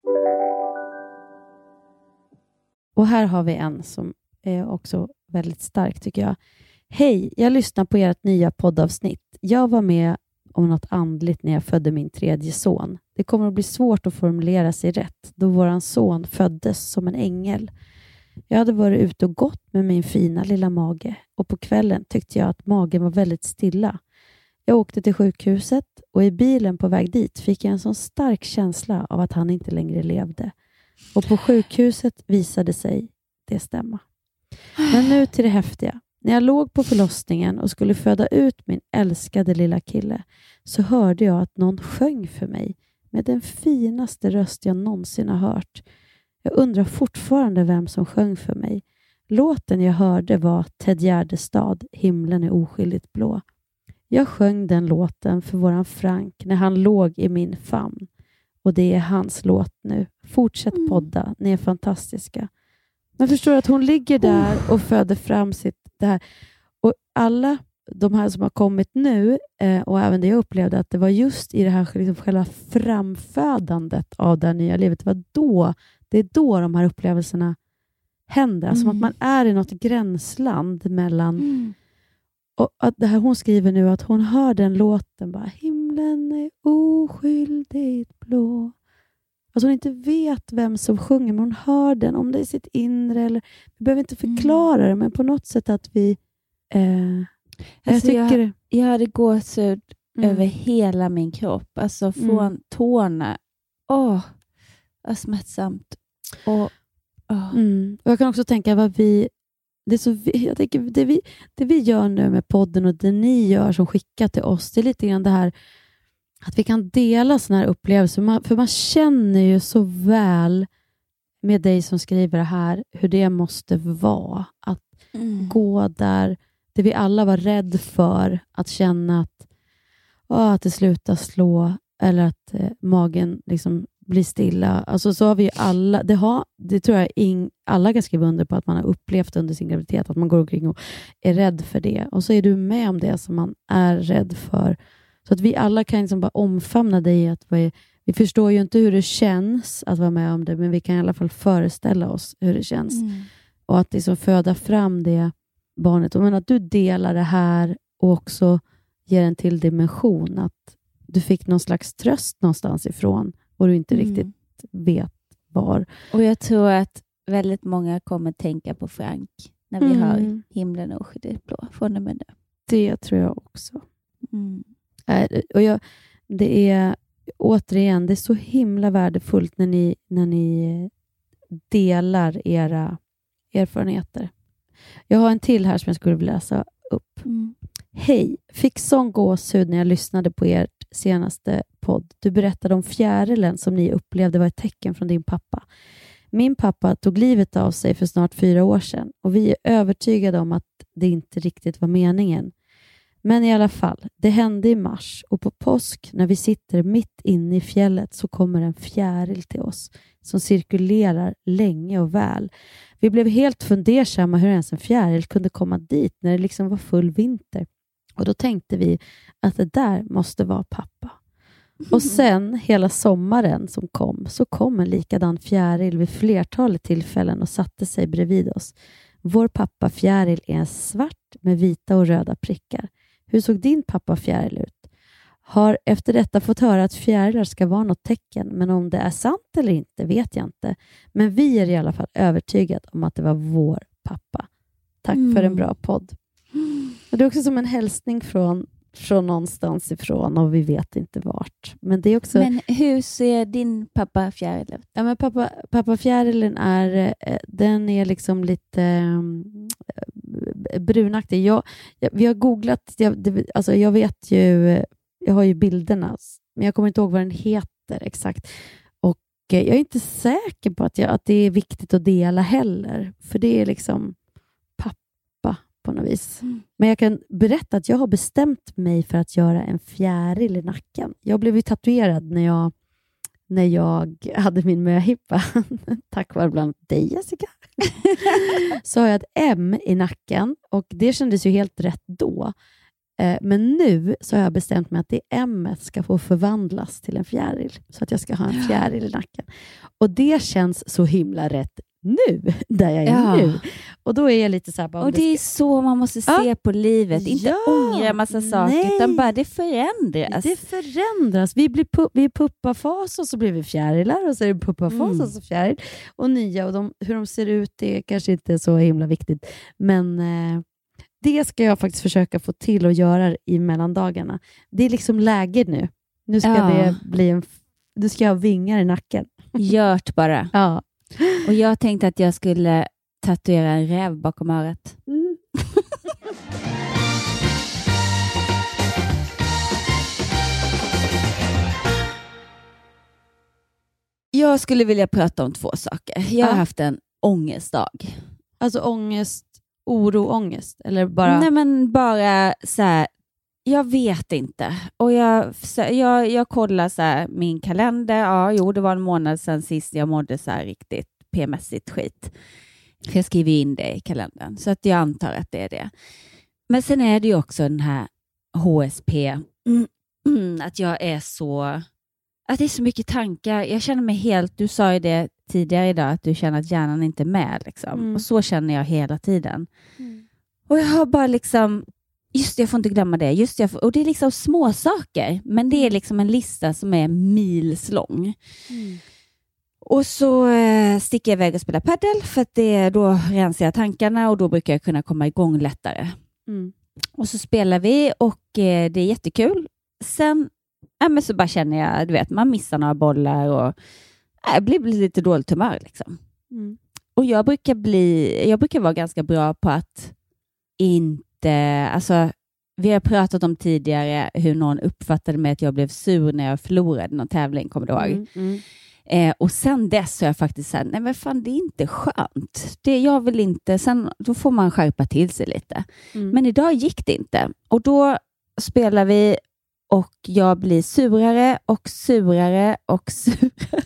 Och här har vi en som är också väldigt stark tycker jag. Hej, jag lyssnar på ert nya poddavsnitt. Jag var med om något andligt när jag födde min 3:e son. Det kommer att bli svårt att formulera sig rätt då våran son föddes som en ängel. Jag hade varit ute och gått med min fina lilla mage och på kvällen tyckte jag att magen var väldigt stilla. Jag åkte till sjukhuset och i bilen på väg dit fick jag en sån stark känsla av att han inte längre levde. Och på sjukhuset visade sig det stämma. Men nu till det häftiga. När jag låg på förlossningen och skulle föda ut min älskade lilla kille så hörde jag att någon sjöng för mig med den finaste röst jag någonsin har hört. Jag undrar fortfarande vem som sjöng för mig. Låten jag hörde var Ted Gärdestad, Himlen är oskyldigt blå. Jag sjöng den låten för våran Frank när han låg i min famn. Och det är hans låt nu. Fortsätt podda, ni är fantastiska. Men förstår att hon ligger där och föder fram sitt det här. Och alla de här som har kommit nu och även det jag upplevde att det var just i det här liksom själva framfödandet av det nya livet. Det är då de här upplevelserna händer. Som att man är i något gränsland mellan och att det här hon skriver nu att hon hör den låten bara himlen är oskyldigt blå. Alltså hon inte vet vem som sjunger men hon hör den om det är sitt inre eller vi behöver inte förklara det men på något sätt att vi alltså jag hade gåshud över hela min kropp alltså från tårna smärtsamt och jag kan också tänka vad vi det är så jag tänker det vi gör nu med podden och det ni gör som skickar till oss det är lite grann det här att vi kan dela såna här upplevelser för man känner ju så väl med dig som skriver det här hur det måste vara att gå där det vi alla var rädd för att känna att det slutar slå eller att magen liksom blir stilla. Alltså så har vi ju alla det tror jag alla kan skriva under på att man har upplevt under sin graviditet att man går omkring och är rädd för det och så är du med om det som man är rädd för. Så att vi alla kan liksom bara omfamna dig att vi förstår ju inte hur det känns att vara med om det men vi kan i alla fall föreställa oss hur det känns. Och att liksom föda fram det barnet. Och men att du delar det här och också ger en till dimension att du fick någon slags tröst någonstans ifrån och du inte riktigt vet var. Och jag tror att väldigt många kommer tänka på Frank när vi har himlen och skyddet blå från och med nu. Det tror jag också. Och det är återigen, det är så himla värdefullt när ni delar era erfarenheter. Jag har en till här som jag skulle vilja läsa upp. Hej, fick sån gåshud när jag lyssnade på ert senaste podd. Du berättade om fjärilen som ni upplevde var ett tecken från din pappa. Min pappa tog livet av sig för snart 4 år sedan och vi är övertygade om att det inte riktigt var meningen. Men i alla fall, det hände i mars och på påsk när vi sitter mitt inne i fjället så kommer en fjäril till oss som cirkulerar länge och väl. Vi blev helt fundersamma hur ens en fjäril kunde komma dit när det liksom var full vinter. Och då tänkte vi att det där måste vara pappa. Och sen hela sommaren som kom så kom en likadan fjäril vid flertalet tillfällen och satte sig bredvid oss. Vår pappa fjäril är svart med vita och röda prickar. Hur såg din pappa fjäril ut? Har efter detta fått höra att fjärilar ska vara något tecken, men om det är sant eller inte vet jag inte. Men vi är i alla fall övertygade om att det var vår pappa. Tack för en bra podd. Och det är också som en hälsning från någonstans ifrån och vi vet inte vart. Men det är också. Men hur ser din pappa fjäril ut? Ja, men pappa fjärilen den är liksom lite brunaktig. Vi har googlat, jag vet ju, jag har ju bilderna, men jag kommer inte ihåg vad den heter exakt. Och jag är inte säker på att det är viktigt att dela heller, för det är liksom pappa på något vis. Men jag kan berätta att jag har bestämt mig för att göra en fjäril i nacken. Jag blev ju tatuerad när jag hade min möhippa. Tack vare bland dig, Jessica. Så har jag ett M i nacken och det kändes ju helt rätt då. Men nu så har jag bestämt mig att det M ska få förvandlas till en fjäril. Så att jag ska ha en fjäril i nacken. Och det känns så himla rätt nu, där jag är nu. Och då är jag lite så här bara, och det är så man måste se på livet. Inte ångra massa saker, utan bara det förändras. Det förändras. Vi är puppafas och så blir vi fjärilar och så är det puppafas och så fjäril. Och nya, och hur de ser ut det är kanske inte så himla viktigt. Men det ska jag faktiskt försöka få till att göra i mellandagarna. Det är liksom läge nu. Nu ska det bli du ska ha vingar i nacken. Gjort bara. Ja. Och jag tänkte att jag skulle tatuera en räv bakom örat. Jag skulle vilja prata om 2 saker. Jag har haft en ångestdag. Alltså ångest, ångest? Eller bara... Nej, men bara så här, jag vet inte. Och jag kollar så här, min kalender. Ja, jo, det var en månad sedan sist jag mådde så här riktigt PMS-igt skit. För jag skriver in det i kalendern. Så att jag antar att det är det. Men sen är det ju också den här HSP. Att jag är så... Att det är så mycket tankar. Jag känner mig helt... Du sa ju det tidigare idag. Att du känner att hjärnan inte är med. Liksom. Och så känner jag hela tiden. Och jag har bara liksom... Just det, jag får inte glömma det. Just det, och det är liksom små saker. Men det är liksom en lista som är milslång. Och så sticker jag iväg och spelar paddel. För att då rensar jag tankarna. Och då brukar jag kunna komma igång lättare. Och så spelar vi. Och det är jättekul. Sen... men så bara känner jag, du vet, man missar några bollar och blir lite dåligt humör liksom. Och jag brukar vara ganska bra på att inte, alltså vi har pratat om tidigare hur någon uppfattade mig att jag blev sur när jag förlorade någon tävling, kommer du ihåg? Och sen dess har jag faktiskt sagt, nej men fan, det är inte skönt. Jag vill inte, sen då får man skärpa till sig lite. Men idag gick det inte. Och då spelar vi och jag blir surare och surare och surare.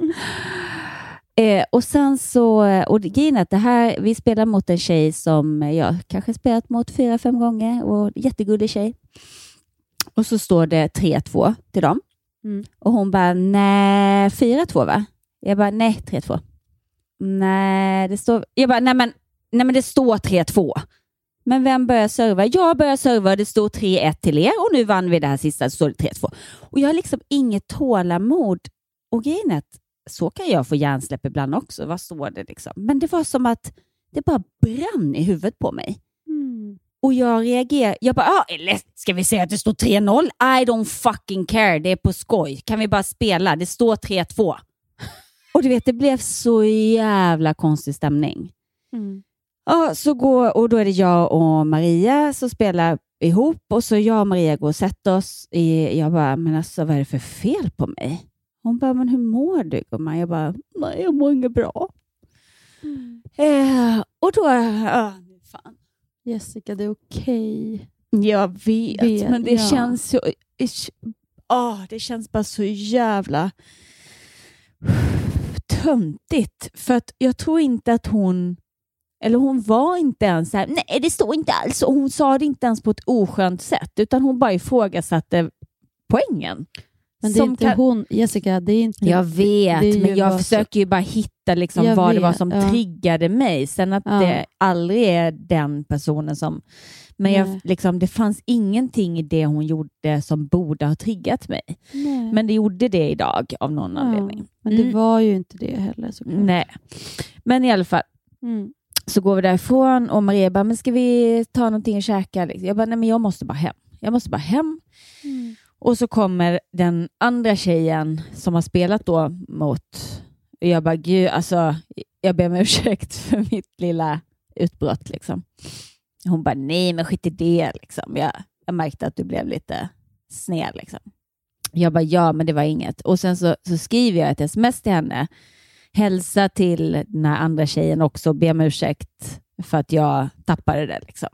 Och sen så, och grejen är att det här, vi spelar mot en tjej som jag kanske spelat mot 4-5 gånger och jättegullig tjej. Och så står det 3-2 till dem. Och hon bara, nej, 4-2 va? Jag bara, nej, 3-2. Nej, det står, jag bara, nej men det står 3-2. Men vem börjar serva? Jag börjar serva, det står 3-1 till er och nu vann vi det här sista, så står det 3-2. Och jag har liksom inget tålamod. Och grejen är att så kan jag få hjärnsläpp ibland också. Vad står det liksom? Men det var som att det bara brann i huvudet på mig. Och jag reagerar. Jag bara, eller ska vi säga att det står 3-0? I don't fucking care, det är på skoj. Kan vi bara spela? Det står 3-2. Och du vet, det blev så jävla konstig stämning. Ja, och då är det jag och Maria som spelar ihop. Och så jag och Maria går och sätter oss. Jag bara, men alltså vad är det för fel på mig? Hon bara, men hur mår du? Och jag bara, nej, jag mår inget bra. Och då, fan. Jessica, det är okej. Jag vet, men det känns så... det känns bara så jävla töntigt. För att jag tror inte att hon var inte ens så här, nej det står inte alls. Och hon sa det inte ens på ett oskönt sätt. Utan hon bara ifrågasatte poängen. Men det är inte hon, Jessica, det är inte... Jag vet, men jag försöker ju bara hitta liksom vad det var som triggade mig. Sen att det aldrig är den personen som... Men det fanns ingenting i det hon gjorde som borde ha triggat mig. Nej. Men det gjorde det idag av någon anledning. Men det var ju inte det heller. Såklart. Nej, men i alla fall. Så går vi därifrån och Maria bara, men ska vi ta någonting och käka? Jag bara, nej men jag måste bara hem. Och så kommer den andra tjejen som har spelat då mot... Och jag bara, gud, alltså jag ber om ursäkt för mitt lilla utbrott liksom. Hon bara, nej men skit i det liksom. Jag märkte att du blev lite snäll liksom. Jag bara, ja men det var inget. Och sen så skriver jag ett sms till henne. Hälsa till den här andra tjejen också. Be om ursäkt för att jag tappade det liksom.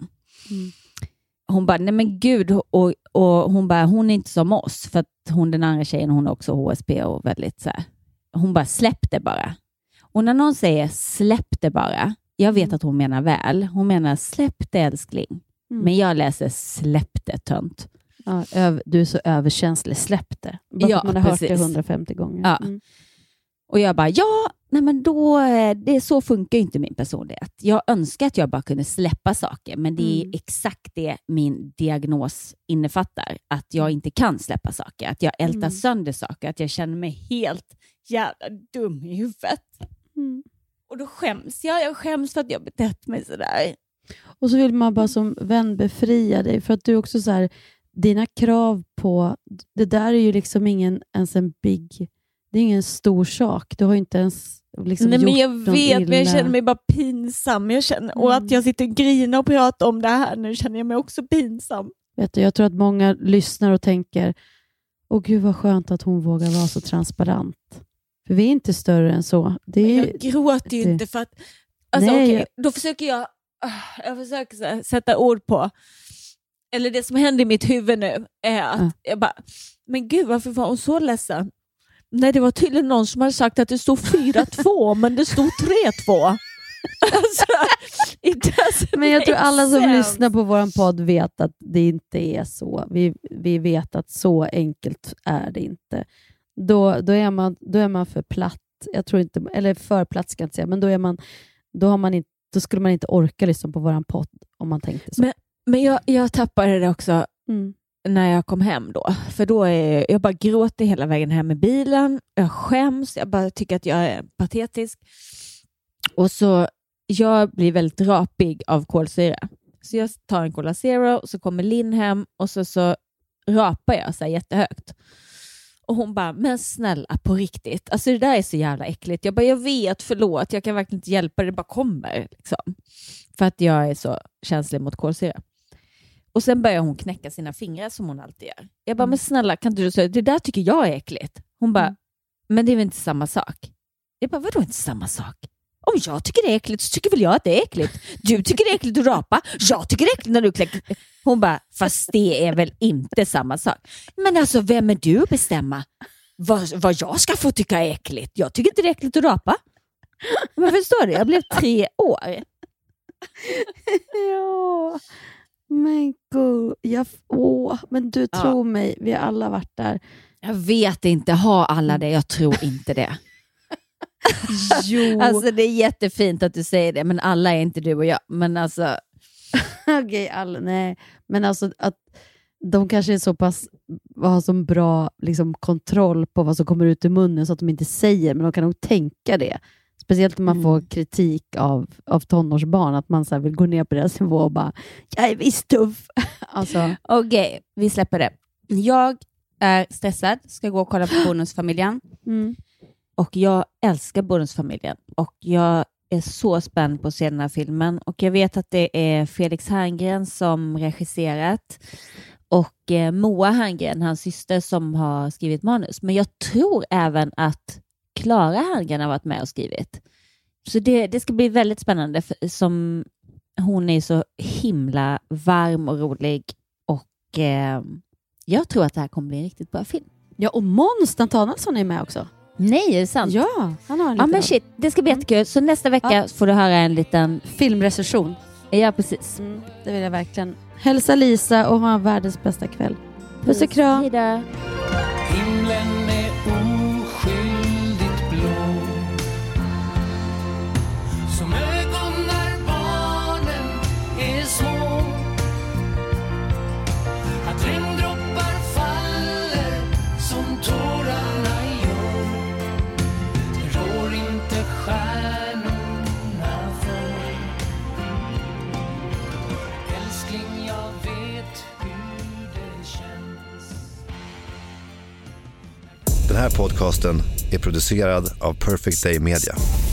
Hon bara, nej men gud. Och hon bara, hon är inte som oss. För att den andra tjejen, hon är också HSP och väldigt så här. Hon bara, släpp det bara. Och när någon säger släpp det bara. Jag vet att hon menar väl. Hon menar släpp det älskling. Men jag läser släpp det tönt. Ja, du är så överkänslig, släpp det. Bara att man har hört det 150 gånger. Ja. Och jag bara, nej men då, så funkar inte min personlighet. Jag önskar att jag bara kunde släppa saker. Men det är exakt det min diagnos innefattar. Att jag inte kan släppa saker. Att jag ältar sönder saker. Att jag känner mig helt jävla dum i huvudet. Och då skäms jag. Jag skäms för att jag betett mig sådär. Och så vill man bara som vän befria dig. För att du också så här, dina krav på... Det där är ju liksom ingen ens en big Det är ingen stor sak. Du har ju inte ens liksom Nej, men gjort jag någon vet, illa. men jag känner mig bara pinsam. Och att jag sitter och grinar och pratar om det här nu känner jag mig också pinsam. Vet du, jag tror att många lyssnar och tänker, åh gud vad skönt att hon vågar vara så transparent. För vi är inte större än så. Det är, jag gråter ju inte för att... Alltså, Nej, okej, då försöker jag försöker sätta ord på... Eller det som händer i mitt huvud nu är att jag bara, men gud varför var hon så ledsen? Nej, det var tydligen någon som hade sagt att det stod 4-2 men det stod 3-2. Alltså, men jag tror alla som lyssnar på våran podd vet att det inte är så. Vi vet att så enkelt är det inte. Då är man för platt. Jag tror inte, eller för platt ska jag inte säga, men då skulle man inte orka lyssna på våran podd om man tänkte så. Men jag tappade det också när jag kom hem då. För då jag bara gråter hela vägen hem i bilen. Jag skäms. Jag bara tycker att jag är patetisk. Och så jag blir väldigt rapig av kolsyra. Så jag tar en Cola Zero och så kommer Linn hem och så rapar jag så här jättehögt. Och hon bara, men snälla på riktigt. Alltså det där är så jävla äckligt. Jag bara, jag vet, förlåt. Jag kan verkligen inte hjälpa det bara kommer. Liksom. För att jag är så känslig mot kolsyra. Och sen börjar hon knäcka sina fingrar som hon alltid gör. Jag bara, men snälla, kan du säga det där tycker jag är äckligt. Hon bara, men det är väl inte samma sak. Jag bara, vadå inte samma sak? Om jag tycker det är äckligt så tycker väl jag att det är äckligt. Du tycker det är äckligt att rapa. Jag tycker det är äckligt när du kläcker. Hon bara, fast det är väl inte samma sak. Men alltså, vem är du att bestämma vad jag ska få tycka är äckligt? Jag tycker inte det är äckligt att rapa. Men förstår du, jag blev 3 år. Ja, men gud. Men du tror mig, vi har alla varit där. Jag vet inte, har alla det? Jag tror inte det. Jo. Alltså det är jättefint att du säger det, men alla är inte du och jag. Men alltså okej, nej. Men alltså att de kanske är så pass har så bra liksom, kontroll på vad som kommer ut i munnen så att de inte säger, men de kan nog tänka det. Speciellt om man får kritik av tonårsbarn, att man så här vill gå ner på deras nivå och bara, jag är visst tuff. Alltså. Okej, vi släpper det. Jag är stressad, ska gå och kolla på Bonusfamiljen. Och jag älskar Bonusfamiljen. Och jag är så spänd på att se den här filmen. Och jag vet att det är Felix Herngren som regisserat. Och Moa Herngren, hans syster, som har skrivit manus. Men jag tror även att Clara Herngren har varit med och skrivit. Så det ska bli väldigt spännande. Som hon är så himla varm och rolig. Och jag tror att det här kommer bli en riktigt bra film. Ja, och Måns Nathanaelsson är med också. Nej, är det sant? Ja, han har en liten men shit, det ska bli jättekul. Så nästa vecka får du höra en liten filmrecension. Ja, precis. Det vill jag verkligen. Hälsa Lisa och ha världens bästa kväll. Puss och kram. Hejdå. Himlen är oskyldigt blå, som ögon när barnen är små. Att regndroppar faller som tårarna gör, rår inte stjärnorna för. Älskling, jag vet hur det känns. Den här podcasten är producerad av Perfect Day Media.